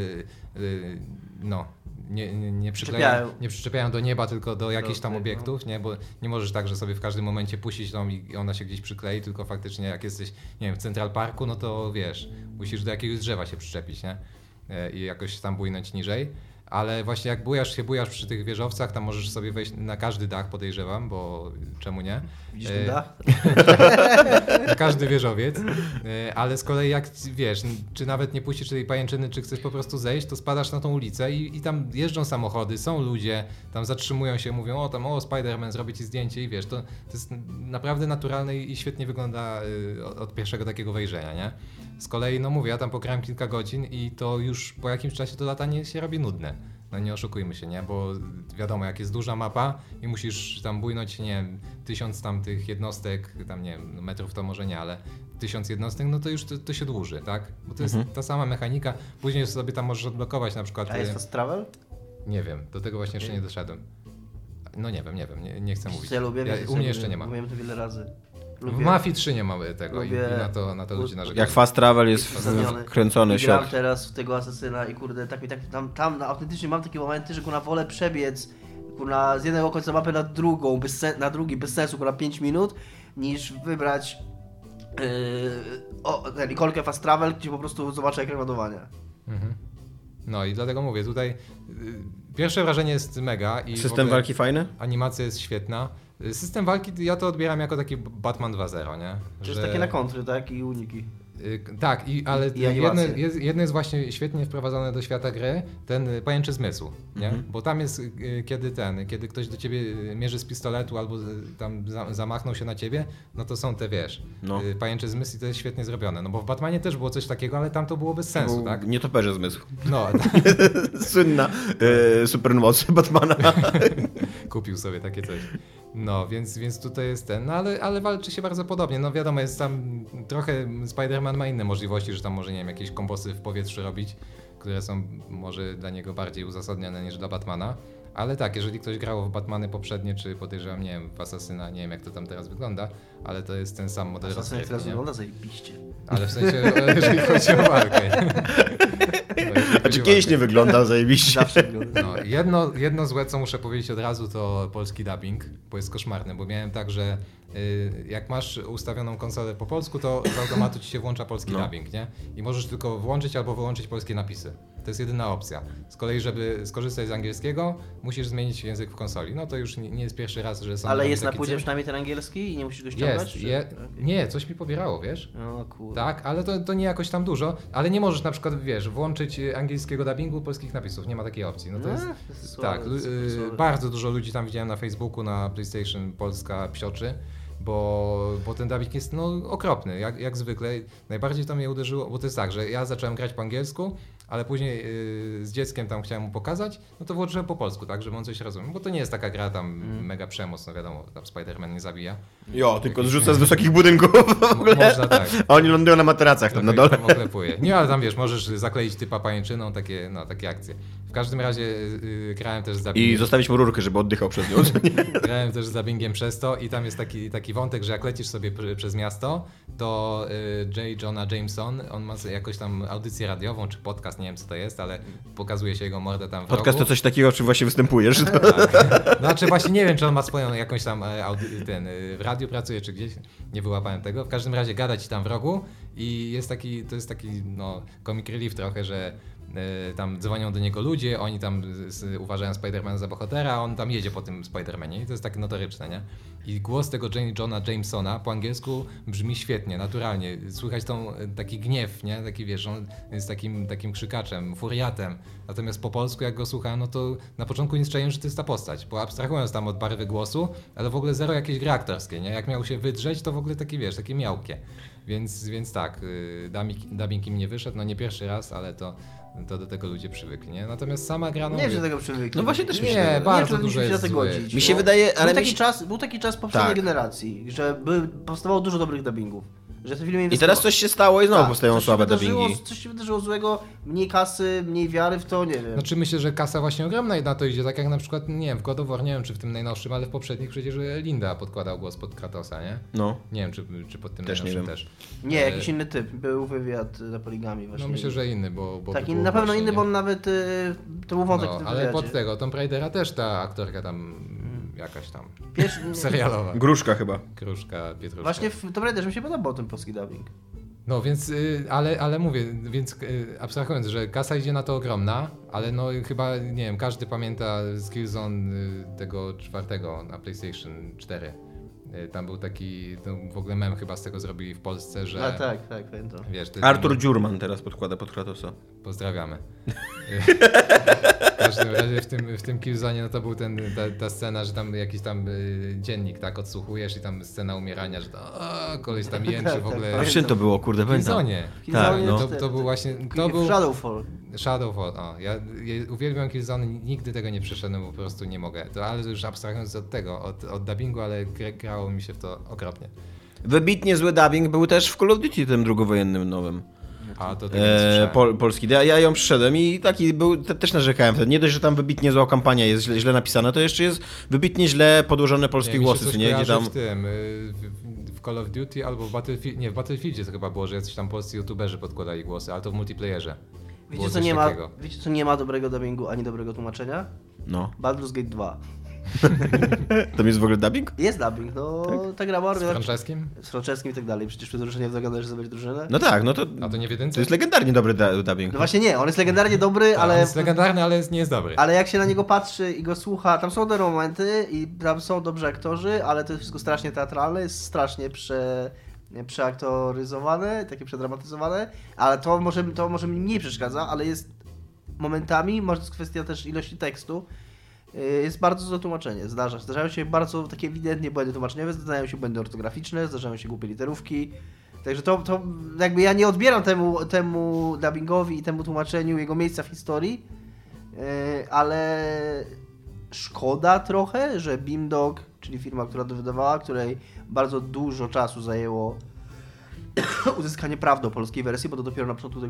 nie przyczepiają do nieba, tylko do jakichś tam obiektów, nie? Bo nie możesz tak, że sobie w każdym momencie puścić tą i ona się gdzieś przyklei, tylko faktycznie jak jesteś, nie wiem, w Central Parku, no to wiesz, musisz do jakiegoś drzewa się przyczepić, nie? I jakoś tam bujnąć niżej. Ale właśnie jak bujasz przy tych wieżowcach, tam możesz sobie wejść na każdy dach, podejrzewam, bo czemu nie? Widzisz ten dach? Na każdy wieżowiec, ale z kolei jak wiesz, czy nawet nie puścisz tej pajęczyny, czy chcesz po prostu zejść, to spadasz na tą ulicę i tam jeżdżą samochody, są ludzie, tam zatrzymują się, mówią Spider-Man, zrobię ci zdjęcie i wiesz, to jest naprawdę naturalne i świetnie wygląda od pierwszego takiego wejrzenia, nie? Z kolei, no mówię, ja tam pograłem kilka godzin i to już po jakimś czasie to latanie się robi nudne. No nie oszukujmy się, nie? Bo wiadomo, jak jest duża mapa i musisz tam bujnąć, nie wiem, 1000 tam tych jednostek, tam nie wiem, metrów to może nie, ale 1000 jednostek, no to już to się dłuży, tak? Bo to jest ta sama mechanika. Później sobie tam możesz odblokować na przykład... A jest fast travel? Nie wiem, do tego właśnie jeszcze nie doszedłem. No nie wiem, nie chcę mówić. Ja lubię, U mnie jeszcze nie ma. Mówiłem to wiele razy. W Mafii 3 nie mamy tego i na to ludzie narzekają. Jak fast travel jest wkręcony w gram świat. teraz w tego Asasyna i kurde, tam autentycznie mam takie momenty, że kurna wolę przebiec kurna z jednego końca mapy na drugą, na drugi bez sensu, kurna 5 minut, niż wybrać ikonkę fast travel, gdzie po prostu zobaczę ekran ładowania. No i dlatego mówię, tutaj pierwsze wrażenie jest mega. I system walki fajny? Animacja jest świetna. System walki ja to odbieram jako taki Batman 2.0, nie? To jest takie na kontry, tak? I uniki. Tak, ale jedno jest właśnie świetnie wprowadzone do świata gry, ten pajęczy zmysł, nie? Bo tam jest, kiedy ktoś do ciebie mierzy z pistoletu albo tam zamachnął się na ciebie, no to są te, wiesz, pajęczy zmysł i to jest świetnie zrobione. No bo w Batmanie też było coś takiego, ale tam to było bez sensu, tak? Nietoperze zmysł. No. Słynna supermoc Batmana. Kupił sobie takie coś. No, więc tutaj jest ten, no ale walczy się bardzo podobnie. No wiadomo, jest tam trochę, Spider-Man ma inne możliwości, że tam może, nie wiem, jakieś kombosy w powietrzu robić, które są może dla niego bardziej uzasadnione niż dla Batmana. Ale tak, jeżeli ktoś grał w Batmany poprzednie, czy podejrzewam, nie wiem, w Asasyna, nie wiem jak to tam teraz wygląda, ale to jest ten sam model rozgrywki. Asasyn teraz wygląda zajebiście. Ale w sensie, jeżeli chodzi o walkę. Znaczy kiedyś nie wyglądał zajebiście. Zawsze wygląda. No, jedno złe, co muszę powiedzieć od razu, to polski dubbing, bo jest koszmarny, bo miałem tak, że jak masz ustawioną konsolę po polsku, to z automatu ci się włącza polski dubbing, nie? I możesz tylko włączyć albo wyłączyć polskie napisy. To jest jedyna opcja. Z kolei, żeby skorzystać z angielskiego, musisz zmienić język w konsoli. No to już nie jest pierwszy raz, że są... Ale jest na płycie przynajmniej ten angielski i nie musisz go ściągać? Nie, coś mi pobierało, wiesz? No kurde. Tak, ale to nie jakoś tam dużo, ale nie możesz na przykład, wiesz, włączyć angielskiego dubbingu polskich napisów, nie ma takiej opcji. No to jest tak, bardzo dużo ludzi tam widziałem na Facebooku, na PlayStation Polska psioczy, bo ten dubbing jest okropny, jak zwykle. Najbardziej to mnie uderzyło, bo to jest tak, że ja zacząłem grać po angielsku, ale później z dzieckiem tam chciałem mu pokazać, no to włączyłem po polsku, tak, żeby on coś rozumiał, bo to nie jest taka gra tam mega przemoc, no wiadomo, tam Spider-Man nie zabija. Tylko zrzuca z wysokich budynków w ogóle. Można tak. A oni lądują na materacach tam na dole. Nie, ale tam wiesz, możesz zakleić typa pajęczyną, takie akcje. W każdym razie grałem też z dubbingiem. I zostawić mu rurkę, żeby oddychał przez nią. Grałem też z dubbingiem przez to i tam jest taki wątek, że jak lecisz sobie przez miasto, to J. Jonah Jameson, on ma jakoś tam audycję radiową, czy podcast, nie wiem co to jest, ale pokazuje się jego mordę tam w rogu. Podcast to coś takiego, czy właśnie występujesz? Tak. Znaczy właśnie nie wiem, czy on ma swoją jakąś tam w radiu pracuje, czy gdzieś, nie wyłapałem tego. W każdym razie gada ci tam w rogu i to jest taki comic relief trochę, że tam dzwonią do niego ludzie, oni tam uważają Spider-Mana za bohatera, a on tam jedzie po tym Spider-Manie i to jest takie notoryczne, nie? I głos tego Jonah Jamesona po angielsku brzmi świetnie, naturalnie. Słychać taki gniew, nie? Taki, wiesz, on jest takim krzykaczem, furiatem. Natomiast po polsku, jak go słuchałem, no to na początku nie strzeliłem, że to jest ta postać, bo abstrahując tam od barwy głosu, ale w ogóle zero jakieś gry aktorskie, nie? Jak miał się wydrzeć, to w ogóle taki, wiesz, takie miałkie. Więc tak, dubbing im nie wyszedł, no nie pierwszy raz, ale to do tego ludzie przywykli, nie? Natomiast sama gra... Nie, że do tego przywykli. No właśnie też mi się Nie, bardzo dużo jest godzić. Mi się wydaje, ale... Był taki czas poprzedniej generacji, że powstawało dużo dobrych dubbingów. Że te filmy I teraz coś się stało i znowu powstają słabe dubbingi. Coś się wydarzyło złego, mniej kasy, mniej wiary w to, nie wiem. Znaczy myślę, że kasa właśnie ogromna i na to idzie, tak jak na przykład, nie wiem, w God of War, nie wiem czy w tym najnowszym, ale w poprzednich przecież Linda podkładał głos pod Kratosa, nie? No. Nie wiem, czy pod tym też najnowszym też. Nie, jakiś inny typ. Był wywiad na Poligami właśnie. No myślę, że inny, bo tak, na pewno inny, bo on nawet to był wątek w tym ale wywiadzie. pod tego, Tomb Raidera też ta aktorka tam jakaś tam serialowa. Gruszka chyba. Gruszka, Pietruszka. Właśnie w Tomb Raiderze mi się podobał ten polski dubbing. No więc, ale mówię, więc abstrahując, że kasa idzie na to ogromna, ale no chyba, nie wiem, każdy pamięta Skillzone tego 4 na PlayStation 4. Tam był taki, w ogóle mem chyba z tego zrobili w Polsce, że... A tak, pamiętam. Wiesz, Artur Dziurman teraz podkłada pod Kratosa. Pozdrawiamy. W każdym razie w tym Killzone no to był ta scena, że tam jakiś tam dziennik, tak, odsłuchujesz i tam scena umierania, że koleś tam jęczy w ogóle. A w czym to było, kurde, pamiętam. Tak, no to był właśnie... To był Shadowfall. Ja uwielbiam Killzone, nigdy tego nie przeszedłem, bo po prostu nie mogę. Ale już abstrahując od tego, od dubbingu, ale grało mi się w to okropnie. Wybitnie zły dubbing był też w Call of Duty tym drugowojennym nowym. A to polski. Ja ją przyszedłem i taki był, też narzekałem wtedy. Nie dość, że tam wybitnie zła kampania jest źle napisana, to jeszcze jest wybitnie źle podłożone polskie głosy. Nie, gdzie tam... w Call of Duty albo w Battlefield, nie, w Battlefieldzie to chyba było, że jacyś tam polscy youtuberzy podkładali głosy, ale to w multiplayerze. Wiecie co nie ma dobrego dubbingu ani dobrego tłumaczenia? No. Baldur's Gate 2. Tam jest w ogóle dubbing? Jest dubbing, no tak? Ta gra ma... Z Franceskim? Z Franceskim i tak dalej. Przecież przy drużynie zagadałeś, że zabrać drużynę. No tak, no to... A to nie w jedynce? To jest legendarnie dobry dubbing. No właśnie nie, on jest legendarnie dobry, ale... On jest legendarny, ale nie jest dobry. Ale jak się na niego patrzy i go słucha, tam są dobre momenty i tam są dobrzy aktorzy, ale to jest wszystko strasznie teatralne, jest strasznie przeaktoryzowane, takie przedramatyzowane, ale to może mi mniej przeszkadza, ale jest momentami, może to jest kwestia też ilości tekstu, jest bardzo złe tłumaczenie. Zdarzają się bardzo takie ewidentnie błędy tłumaczeniowe, zdarzają się błędy ortograficzne, zdarzają się głupie literówki. Także to jakby ja nie odbieram temu dubbingowi i temu tłumaczeniu jego miejsca w historii, ale szkoda trochę, że Beamdog, czyli firma, która to wydawała, której bardzo dużo czasu zajęło uzyskanie praw do polskiej wersji, bo to dopiero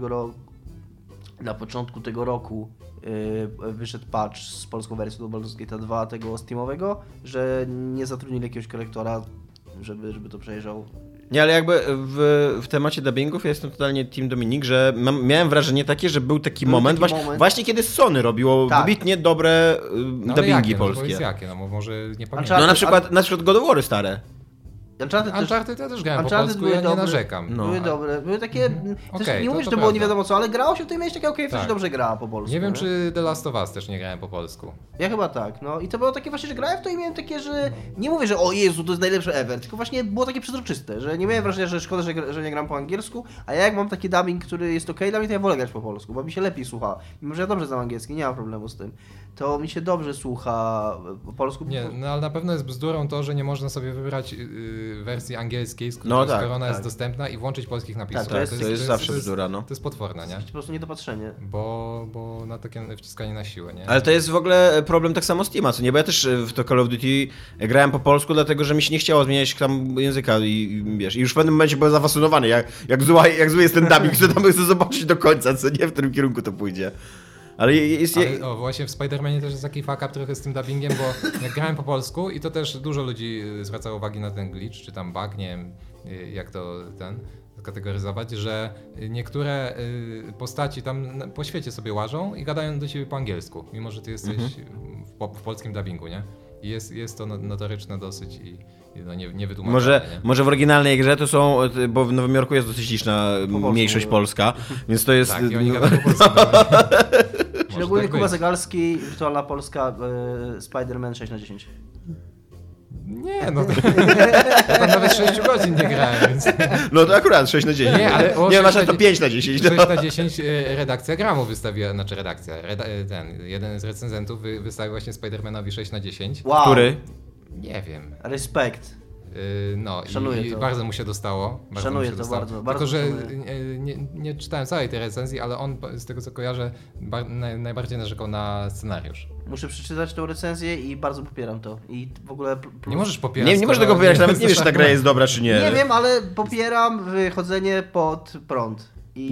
na początku tego roku wyszedł patch z polską wersją do Baldur's Gate 2 tego Steamowego, że nie zatrudnili jakiegoś korektora, żeby to przejrzał. Nie, ale jakby w temacie dubbingów ja jestem totalnie Team Dominik, że miałem wrażenie takie, że był taki moment, właśnie kiedy Sony robiło wybitnie dobre dubbingi polskie. Jakie? No może nie pamiętam. No na przykład God of War stare. Uncharted ja też grałem po polsku, ja nie narzekam. Były dobre, były takie, nie mówię, że to było nie wiadomo co, ale grało się w tej mieście takie że dobrze gra po polsku. Nie wiem, czy The Last of Us też nie grałem po polsku. Ja chyba tak, no i to było takie właśnie, że grałem w to i miałem takie, że nie mówię, że o Jezu, to jest najlepsze ever, tylko właśnie było takie przezroczyste, że nie miałem wrażenia, że szkoda, że nie gram po angielsku, a ja jak mam taki dubbing, który jest okej dla mnie, to ja wolę grać po polsku, bo mi się lepiej słucha. Mimo, że ja dobrze znam angielski, nie mam problemu z tym. To mi się dobrze słucha po polsku. Nie, no ale na pewno jest bzdurą to, że nie można sobie wybrać wersji angielskiej, skoro ona jest dostępna i włączyć polskich napisów. Tak, to jest zawsze bzdura, no. To jest potworne, nie? To jest po prostu niedopatrzenie. Bo na takie wciskanie na siłę, nie? Ale to jest w ogóle problem tak samo Steama, co nie? Bo ja też w to Call of Duty grałem po polsku, dlatego że mi się nie chciało zmieniać tam języka i wiesz, i już w pewnym momencie byłem zafascynowany, jak zły jest ten dubbing, że tam chcę zobaczyć do końca, co nie, w którym kierunku to pójdzie. Ale właśnie w Spider-Manie też jest taki fuck up trochę z tym dubbingiem, bo jak grałem po polsku i to też dużo ludzi zwracało uwagi na ten glitch, czy tam bug, nie wiem jak to kategoryzować, że niektóre postaci tam po świecie sobie łażą i gadają do ciebie po angielsku, mimo że ty jesteś w polskim dubbingu, nie? I jest to notoryczne dosyć i nie wytłumaczone. Może w oryginalnej grze to są, bo w Nowym Jorku jest dosyć liczna mniejszość polska, więc to jest... Tak, i oni gadają po polsku. Czyli ogólnie Kuba Zegalski, wirtualna Polska, Spider-Man 6/10. Nie, no to tam nawet 6 godzin nie grałem, więc... No to akurat 6/10. Nie, ale masz to 5/10. 6/10 redakcja Gramu wystawiła, jeden z recenzentów wystawił właśnie Spider-Manowi 6/10. Wow. Który? Nie wiem. Respekt. No szanuję i to. bardzo mu się dostało. Szanuję to bardzo. Tylko, że nie czytałem całej tej recenzji, ale on, z tego co kojarzę, najbardziej narzekał na scenariusz. Muszę przeczytać tę recenzję i bardzo popieram to. I w ogóle... Nie możesz popierać. Nie możesz tego popierać, nawet nie wiesz, czy ta gra jest dobra, czy nie. Nie wiem, ale popieram wychodzenie pod prąd.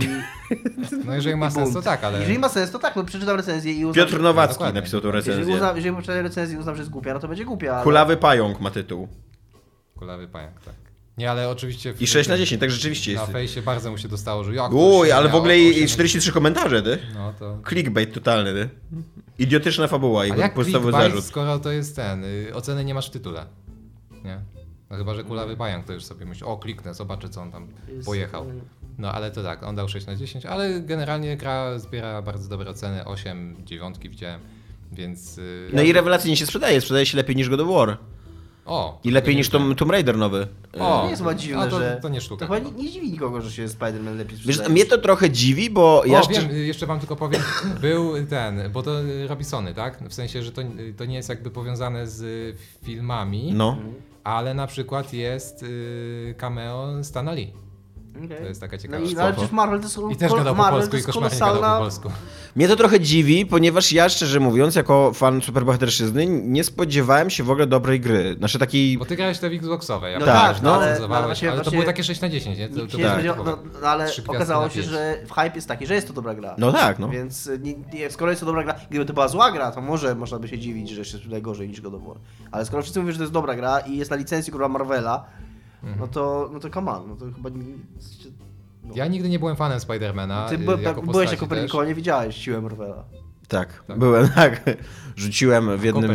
No jeżeli ma sens, to tak, ale... Jeżeli ma sens, to tak, bo przeczytam recenzję i uznam... Piotr Nowacki napisał tę recenzję. Jeżeli przeczytam recenzję i uznam, że jest głupia, no to będzie głupia, ale... Kulawy pająk ma tytuł. Kulawy pająk, tak. Nie, ale oczywiście... I 6/10, tak rzeczywiście jest. Na fejsie bardzo mu się dostało, że jak ale w ogóle i 43 komentarze, ty. No to... Clickbait totalny, ty. Idiotyczna fabuła i podstawowy zarzut. Skoro to jest oceny nie masz w tytule. Nie? No chyba, że Kulawy pająk to już sobie myśli, kliknę, zobaczę co on tam pojechał. No ale to tak, on dał 6/10, ale generalnie gra zbiera bardzo dobre oceny, 8, 9 widziałem, więc... No i rewelacyjnie się sprzedaje się lepiej niż God of War. O, I lepiej niż Tomb Raider nowy. To nie jest chyba dziwne, że... To nie sztuka. To chyba nie dziwi nikogo, że się Spider-Man lepiej Wiesz, sprzedaje. mnie to trochę dziwi, bo Wiem, jeszcze wam tylko powiem, był bo to robi Sony, tak? W sensie, że to nie jest jakby powiązane z filmami, No. ale na przykład jest cameo Stana Lee. Okay. To jest taka ciekawa No ale przecież Marvel to jest I też gadał po polsku i koszmarnie gadał po polsku. Mnie to trochę dziwi, ponieważ ja szczerze mówiąc, jako fan superbohaterszyzny, nie spodziewałem się w ogóle dobrej gry. Znaczy takiej... Bo ty grałeś te Xboxowe, ja No tak, no. ale to były takie 6/10, nie? To tak. Ale okazało się, że hype jest taki, że jest to dobra gra. No tak, no. Więc skoro jest to dobra gra, gdyby to była zła gra, to może można by się dziwić, że się tutaj gorzej niż God of War. Ale skoro wszyscy mówią, że to jest dobra gra i jest na licencji kurwa Marvela, no to come on, no to chyba... No. Ja nigdy nie byłem fanem Spidermana. Ty byłeś jako Pernikonie, widziałeś siłę Marvela. Tak, byłem, tak. Rzuciłem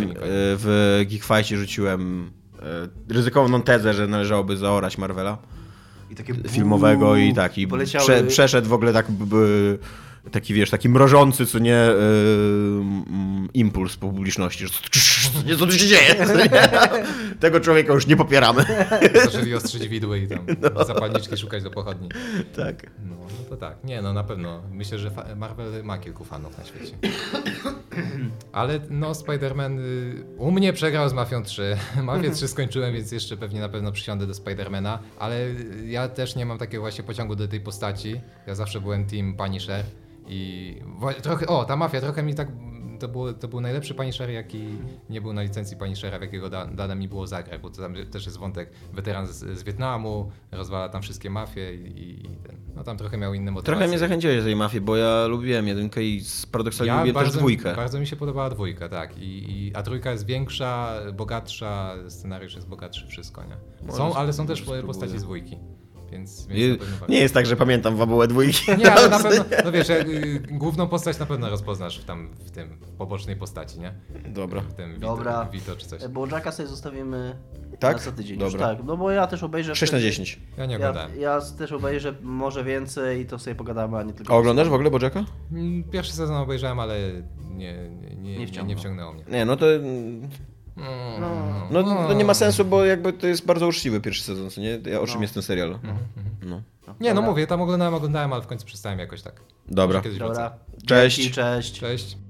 w Geekfightie rzuciłem ryzykowną tezę, że należałoby zaorać Marvela. I takie filmowego i tak, i przeszedł w ogóle taki, wiesz, taki mrożący, co nie, impuls po publiczności, że co tu się dzieje? Tego człowieka już nie popieramy. Zaczęli ostrzyć widły i tam zapalniczki szukać do pochodni. Tak. No to tak. Nie, no na pewno. Myślę, że Marvel ma kilku fanów na świecie. Ale no Spider-Man u mnie przegrał z Mafią 3. Mafię 3 skończyłem, więc jeszcze pewnie na pewno przysiądę do Spider-Mana, ale ja też nie mam takiego właśnie pociągu do tej postaci. Ja zawsze byłem team Punisher. I trochę, ta Mafia trochę mi tak, to był najlepszy Punisher, jaki nie był na licencji Punishera, w jakiego dane mi było zagrać, bo to tam też jest wątek weteran z Wietnamu, rozwala tam wszystkie mafie i no tam trochę miał inne motywacje. Trochę mnie zachęciłeś do tej Mafii, bo ja lubiłem jedynkę i paradoksalnie lubiłem też dwójkę. Bardzo mi się podobała dwójka, tak. A trójka jest większa, bogatsza, scenariusz jest bogatszy, wszystko, nie? Ale są też postaci z dwójki. Więc nie jest tak, że pamiętam fabułę dwójki. Nie, ale na pewno, no wiesz, główną postać na pewno rozpoznasz w tym pobocznej postaci, nie? Dobra. W tym Dobra. Vito czy coś. Bo Jacka sobie zostawimy tak? na co tydzień. Dobra. Tak, no bo ja też obejrzę... 6/10. Ja nie oglądałem. Ja też obejrzę może więcej i to sobie pogadamy, a nie tylko... A oglądasz w ogóle Bojacka? Pierwszy sezon obejrzałem, ale nie wciągnęło mnie. Nie, no to... No nie ma sensu, bo jakby to jest bardzo uczciwy pierwszy sezon, co nie? O czym jest ten serial? No. Nie, no mówię, tam oglądałem, ale w końcu przestałem jakoś tak. Dobra. Dobra. Cześć. Cześć. Cześć.